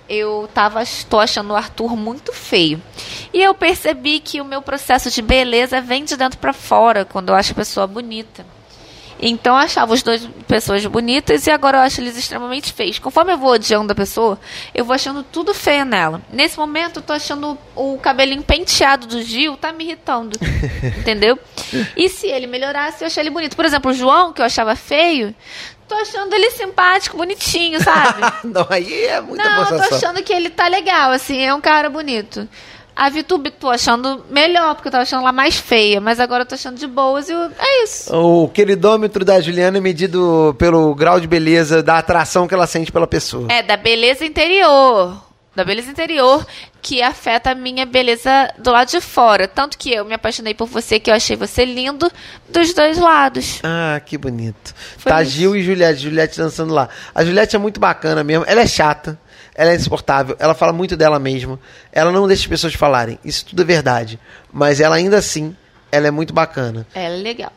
tô achando o Arthur muito feio. E eu percebi que o meu processo de beleza vem de dentro pra fora, quando eu acho a pessoa bonita. Então eu achava os dois pessoas bonitas e agora eu acho eles extremamente feios. Conforme eu vou odiando a pessoa, eu vou achando tudo feio nela. Nesse momento eu tô achando o cabelinho penteado do Gil tá me irritando. Entendeu? E se ele melhorasse, eu achei ele bonito. Por exemplo, o João, que eu achava feio, tô achando ele simpático, bonitinho, sabe? Não, aí é muita Não, possessão. tô achando que ele tá legal, assim, é um cara bonito. A Vitube tô achando melhor, porque eu tava achando ela mais feia, mas agora eu tô achando de boas e é isso. O queridômetro da Juliana é medido pelo grau de beleza, da atração que ela sente pela pessoa. Da beleza interior. Da beleza interior, que afeta a minha beleza do lado de fora. Tanto que eu me apaixonei por você, que eu achei você lindo dos dois lados. Ah, que bonito. Foi Tá, isso. Gil e Juliette dançando lá. A Juliette é muito bacana mesmo. Ela é chata. Ela é insuportável, ela fala muito dela mesma, ela não deixa as pessoas falarem, isso tudo é verdade, mas ela ainda assim, ela é muito bacana. Ela é legal.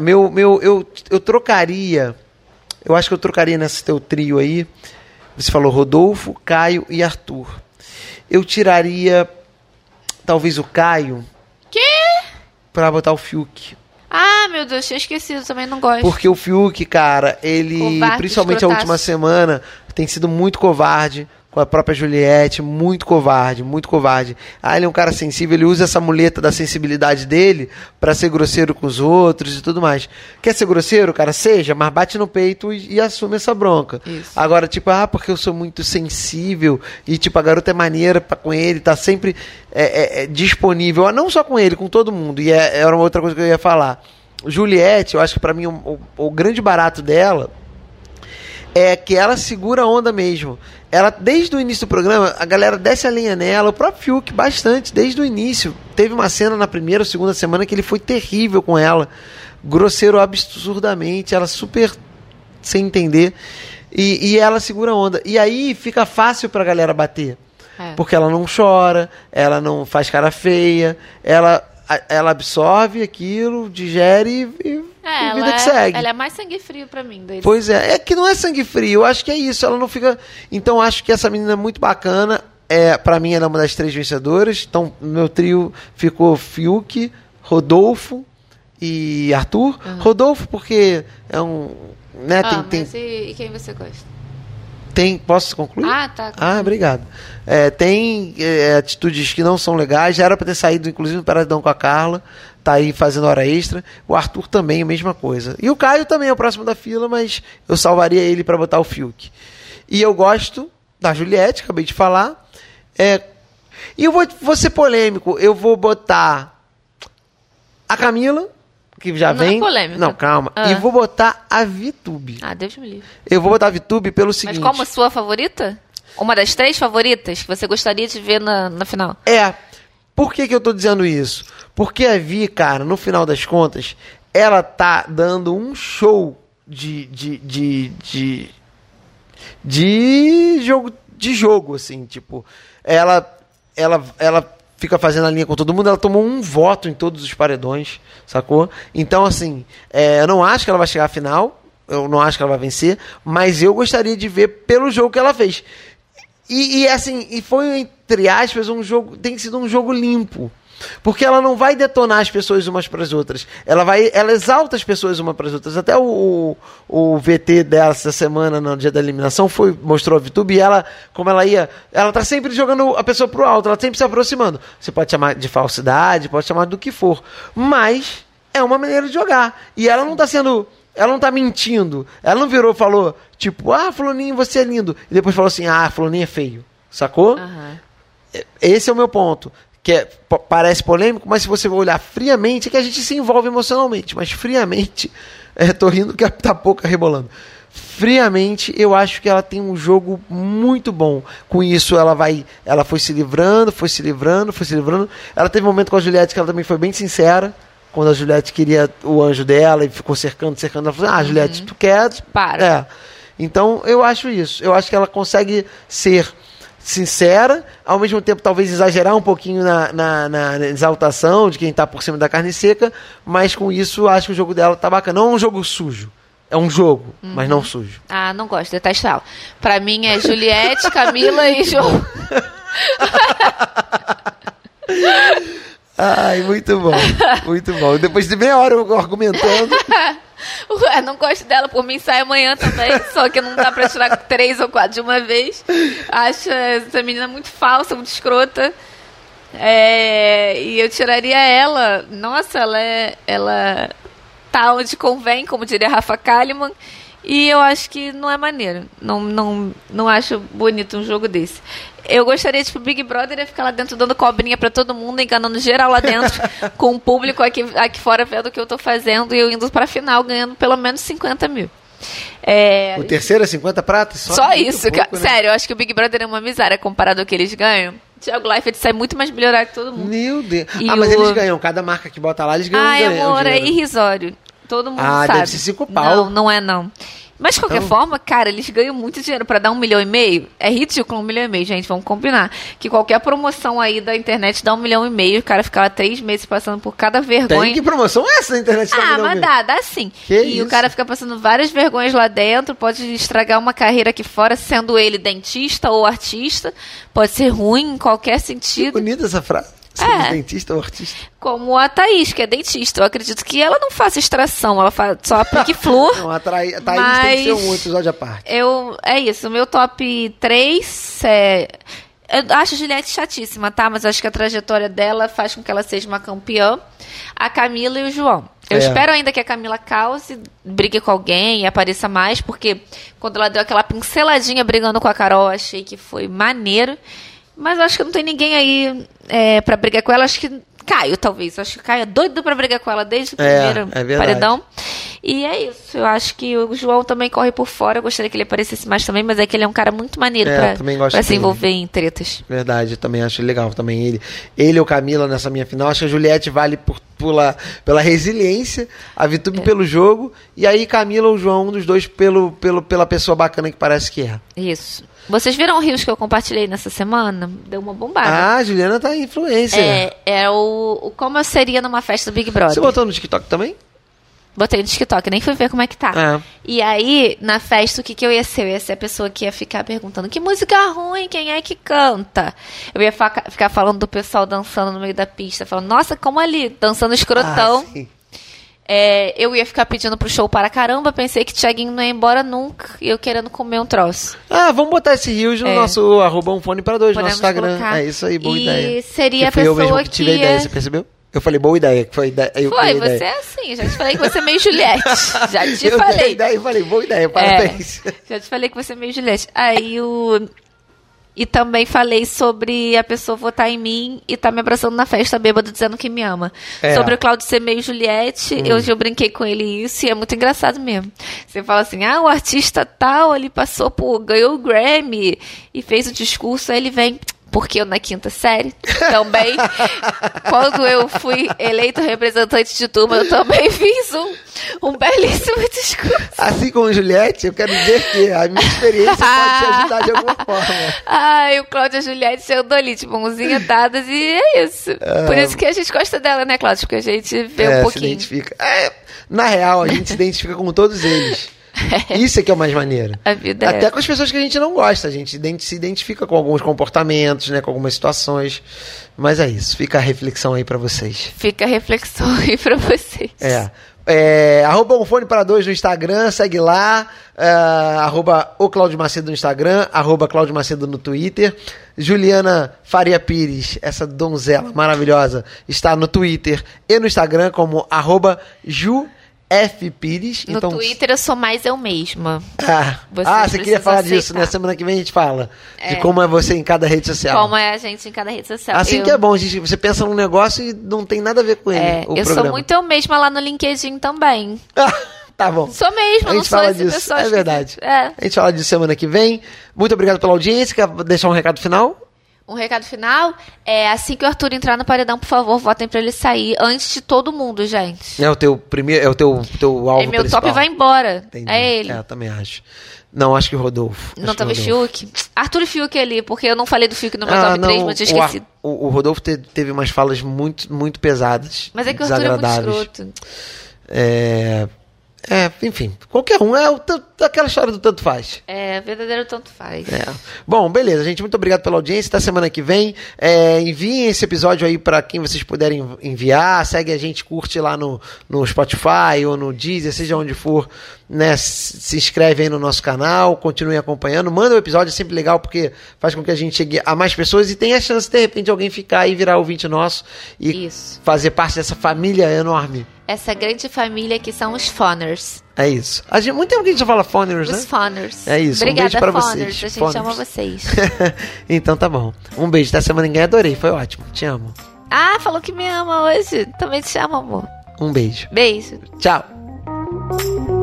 Eu trocaria, eu acho que eu trocaria nesse teu trio aí, você falou Rodolfo, Caio e Arthur. Eu tiraria, talvez o Caio, pra botar o Fiuk. Ah, meu Deus, tinha esquecido, também não gosto. Porque o Fiuk, cara, ele, Covarde, principalmente escrotaço. a última semana, tem sido muito covarde com a própria Juliette, muito covarde, muito covarde. Ele é um cara sensível, ele usa essa muleta da sensibilidade dele pra ser grosseiro com os outros e tudo mais. Quer ser grosseiro, cara? Seja, mas bate no peito e assume essa bronca. Isso. Agora, tipo, porque eu sou muito sensível e, tipo, a garota é maneira com ele, tá sempre disponível, não só com ele, com todo mundo. E era uma outra coisa que eu ia falar. Juliette, eu acho que pra mim o grande barato dela é que ela segura a onda mesmo. Ela, desde o início do programa, a galera desce a linha nela, o próprio Fiuk, bastante, desde o início. Teve uma cena na primeira ou segunda semana que ele foi terrível com ela, grosseiro absurdamente, ela super sem entender, e ela segura a onda. E aí fica fácil pra galera bater, porque ela não chora, ela não faz cara feia, ela absorve aquilo, digere e vida que segue. Ela é mais sangue frio pra mim. Deles. Pois é que não é sangue frio, eu acho que é isso, ela não fica... Então acho que essa menina é muito bacana, pra mim ela é uma das 3 vencedoras, então meu trio ficou Fiuk, Rodolfo e Arthur. Rodolfo porque é um... Né, E quem você gosta? Posso concluir? Tá. Obrigado. Tem atitudes que não são legais, já era pra ter saído inclusive no paredão com a Carla, tá aí fazendo hora extra. O Arthur também, a mesma coisa. E o Caio também é o próximo da fila, mas eu salvaria ele pra botar o Fiuk. E eu gosto da Juliette, acabei de falar. E eu vou ser polêmico, eu vou botar a Camila, que já vem. Não é polêmica. Não, calma. E vou botar a Vitube. Deus me livre. Eu vou botar a Vitube pelo seguinte... Mas como sua favorita? Uma das 3 favoritas que você gostaria de ver na final? Por que eu tô dizendo isso? Porque a Vi, cara, no final das contas, ela tá dando um show de jogo, assim, tipo, ela fica fazendo a linha com todo mundo, ela tomou um voto em todos os paredões, sacou? Então, assim, eu não acho que ela vai chegar à final, eu não acho que ela vai vencer, mas eu gostaria de ver pelo jogo que ela fez. E foi, entre aspas, um jogo, tem sido um jogo limpo. Porque ela não vai detonar as pessoas umas para as outras. Ela exalta as pessoas umas para as outras. Até o VT dela essa semana, no dia da eliminação, mostrou a VTube, e ela, como ela tá sempre jogando a pessoa pro alto, ela sempre se aproximando. Você pode chamar de falsidade, pode chamar do que for. Mas é uma maneira de jogar. E ela não tá mentindo. Ela não virou e falou, tipo, fulaninho, você é lindo. E depois falou assim, fulaninho é feio. Sacou? Uhum. Esse é o meu ponto. Que parece polêmico, mas se você olhar friamente, é que a gente se envolve emocionalmente, mas friamente, tô rindo que tá pouco rebolando. Friamente, eu acho que ela tem um jogo muito bom. Com isso, ela foi se livrando. Ela teve um momento com a Juliette que ela também foi bem sincera, quando a Juliette queria o anjo dela e ficou cercando, ela falou, Juliette, tu quer? Para. Então, eu acho isso. Eu acho que ela consegue ser sincera, ao mesmo tempo talvez exagerar um pouquinho na exaltação de quem tá por cima da carne seca, mas com isso acho que o jogo dela tá bacana. Não é um jogo sujo, é um jogo, mas não sujo. Não gosto, detesto ela. Pra mim é Juliette, Camila e João. Ai, muito bom, muito bom. Depois de meia hora eu argumentando. Não gosto dela, por mim sai amanhã também, só que não dá pra tirar 3 ou 4 de uma vez. Acho essa menina muito falsa, muito escrota. E eu tiraria ela. Nossa, ela tá onde convém, como diria Rafa Kalimann. E eu acho que não é maneiro. Não acho bonito um jogo desse. Eu gostaria, tipo, Big Brother ia ficar lá dentro dando cobrinha pra todo mundo, enganando geral lá dentro, com o público aqui fora vendo o que eu tô fazendo e eu indo pra final ganhando pelo menos 50 mil. O terceiro é 50 pratas? Só isso, cara. Né? Sério, eu acho que o Big Brother é uma miséria comparado ao que eles ganham. Thiago Leifert sai muito mais milionário que todo mundo. Meu Deus. Mas eles ganham. Cada marca que bota lá, eles ganham. Amor, é irrisório. Todo mundo sabe. Deve ser 5 pau. Não é não. Mas, de qualquer forma, cara, eles ganham muito dinheiro pra dar 1,5 milhão. É ridículo 1,5 milhão, gente, vamos combinar. Que qualquer promoção aí da internet dá 1,5 milhão, o cara fica lá 3 meses passando por cada vergonha. Que promoção é essa da internet? Mas dá sim. O cara fica passando várias vergonhas lá dentro, pode estragar uma carreira aqui fora, sendo ele dentista ou artista. Pode ser ruim em qualquer sentido. Que bonita essa frase. Dentista ou artista? Como a Thaís, que é dentista. Eu acredito que ela não faça extração, ela faz só aplique flúor. Não, a Thaís tem que ser um episódio à parte. É isso, o meu top 3 eu acho a Juliette chatíssima, tá? Mas acho que a trajetória dela faz com que ela seja uma campeã. A Camila e o João. Eu espero ainda que a Camila cause, brigue com alguém e apareça mais, porque quando ela deu aquela pinceladinha brigando com a Carol, eu achei que foi maneiro. Mas eu acho que não tem ninguém aí pra brigar com ela. Acho que Caio, talvez. Eu acho que Caio é doido pra brigar com ela desde o primeiro paredão. E é isso. Eu acho que o João também corre por fora. Eu gostaria que ele aparecesse mais também, mas é que ele é um cara muito maneiro pra se envolver em tretas. Verdade, eu também acho legal também ele ou Camila nessa minha final. Acho que a Juliette vale pela resiliência, a VTube pelo jogo, e aí Camila ou João, um dos dois pela pessoa bacana que parece que é. Isso. Vocês viram o Rios que eu compartilhei nessa semana? Deu uma bombada. A Juliana tá em influência. O como eu seria numa festa do Big Brother. Você botou no TikTok também? Botei no TikTok, nem fui ver como é que tá. E aí, na festa, o que eu ia ser? Eu ia ser a pessoa que ia ficar perguntando que música ruim, quem é que canta? Eu ia ficar falando do pessoal dançando no meio da pista, falando, nossa, como ali, dançando escrotão. Sim. Eu ia ficar pedindo pro show para caramba, pensei que Thiaguinho não ia embora nunca, e eu querendo comer um troço. Vamos botar esse Rios no nosso @umfone2, no nosso Instagram. Colocar. É isso aí, boa ideia. E seria a pessoa eu mesmo que tive a ideia, você percebeu? Eu falei, boa ideia. Você é assim, já te falei que você é meio Juliette. Já te falei. Eu dei ideia e falei, boa ideia, parabéns. Já te falei que você é meio Juliette. E também falei sobre a pessoa votar em mim e tá me abraçando na festa bêbado dizendo que me ama. Sobre o Claudio ser meio Juliette, eu brinquei com ele isso e é muito engraçado mesmo. Você fala assim, o artista tal, ele ganhou o Grammy e fez o discurso, aí ele vem, porque eu na quinta série também, quando eu fui eleito representante de turma, eu também fiz um belíssimo discurso. Assim como Juliette, eu quero dizer que a minha experiência pode te ajudar de alguma forma. Ai, o Cláudio e a Juliette se andou ali, tipo, mãozinha dadas, e é isso. Por isso que a gente gosta dela, né, Cláudio? Porque a gente vê um pouquinho. Se identifica. Na real, a gente se identifica com todos eles. Isso é que é o mais maneiro. A vida Até com as pessoas que a gente não gosta. A gente se identifica com alguns comportamentos, né? Com algumas situações. Mas é isso. Fica a reflexão aí pra vocês. Fica a reflexão aí pra vocês. Arroba um fone para dois no Instagram, segue lá. Arroba o Cláudio Macedo no Instagram, arroba Cláudio Macedo no Twitter. Juliana Faria Pires, essa donzela maravilhosa, está no Twitter e no Instagram como arroba F. Pires. No Twitter eu sou mais eu mesma. Você queria falar disso, né? Semana que vem a gente fala de como é você em cada rede social. Como é a gente em cada rede social. Assim que é bom, gente, você pensa num negócio e não tem nada a ver com ele. Eu sou muito eu mesma lá no LinkedIn também. Tá bom. Sou mesmo, não sou essa pessoa. É verdade. A gente fala disso semana que vem. Muito obrigado pela audiência. Quer deixar um recado final? Um recado final assim que o Arthur entrar no paredão, por favor, votem pra ele sair antes de todo mundo, gente. É o teu primeiro, é o teu alvo meu principal. top vai embora. Entendi. É ele. Eu também acho. Não, acho que o Rodolfo. Não, talvez Fiuk. Arthur e Fiuk ali, porque eu não falei do Fiuk no meu top 3, mas eu tinha esquecido. O Rodolfo teve umas falas muito, muito pesadas. Mas é que o Arthur é muito escroto. Enfim, qualquer um. Aquela história do tanto faz. Verdadeiro tanto faz. Bom, beleza, gente. Muito obrigado pela audiência. Até semana que vem. Enviem esse episódio aí pra quem vocês puderem enviar. Segue a gente, curte lá no Spotify ou no Deezer, seja onde for, né? Se inscreve aí no nosso canal, continue acompanhando. Manda o episódio, é sempre legal porque faz com que a gente chegue a mais pessoas e tenha a chance de repente alguém ficar e virar ouvinte nosso e fazer parte dessa família enorme. Essa grande família que são os Phoners. É isso. Muito tempo que a gente fala Phoners, né? Os Phoners. É isso. Obrigada, um beijo pra Phoners. vocês. A gente ama vocês. Então tá bom. Um beijo. Até semana que vem. Adorei. Foi ótimo. Te amo. Falou que me ama hoje. Também te amo, amor. Um beijo. Beijo. Tchau.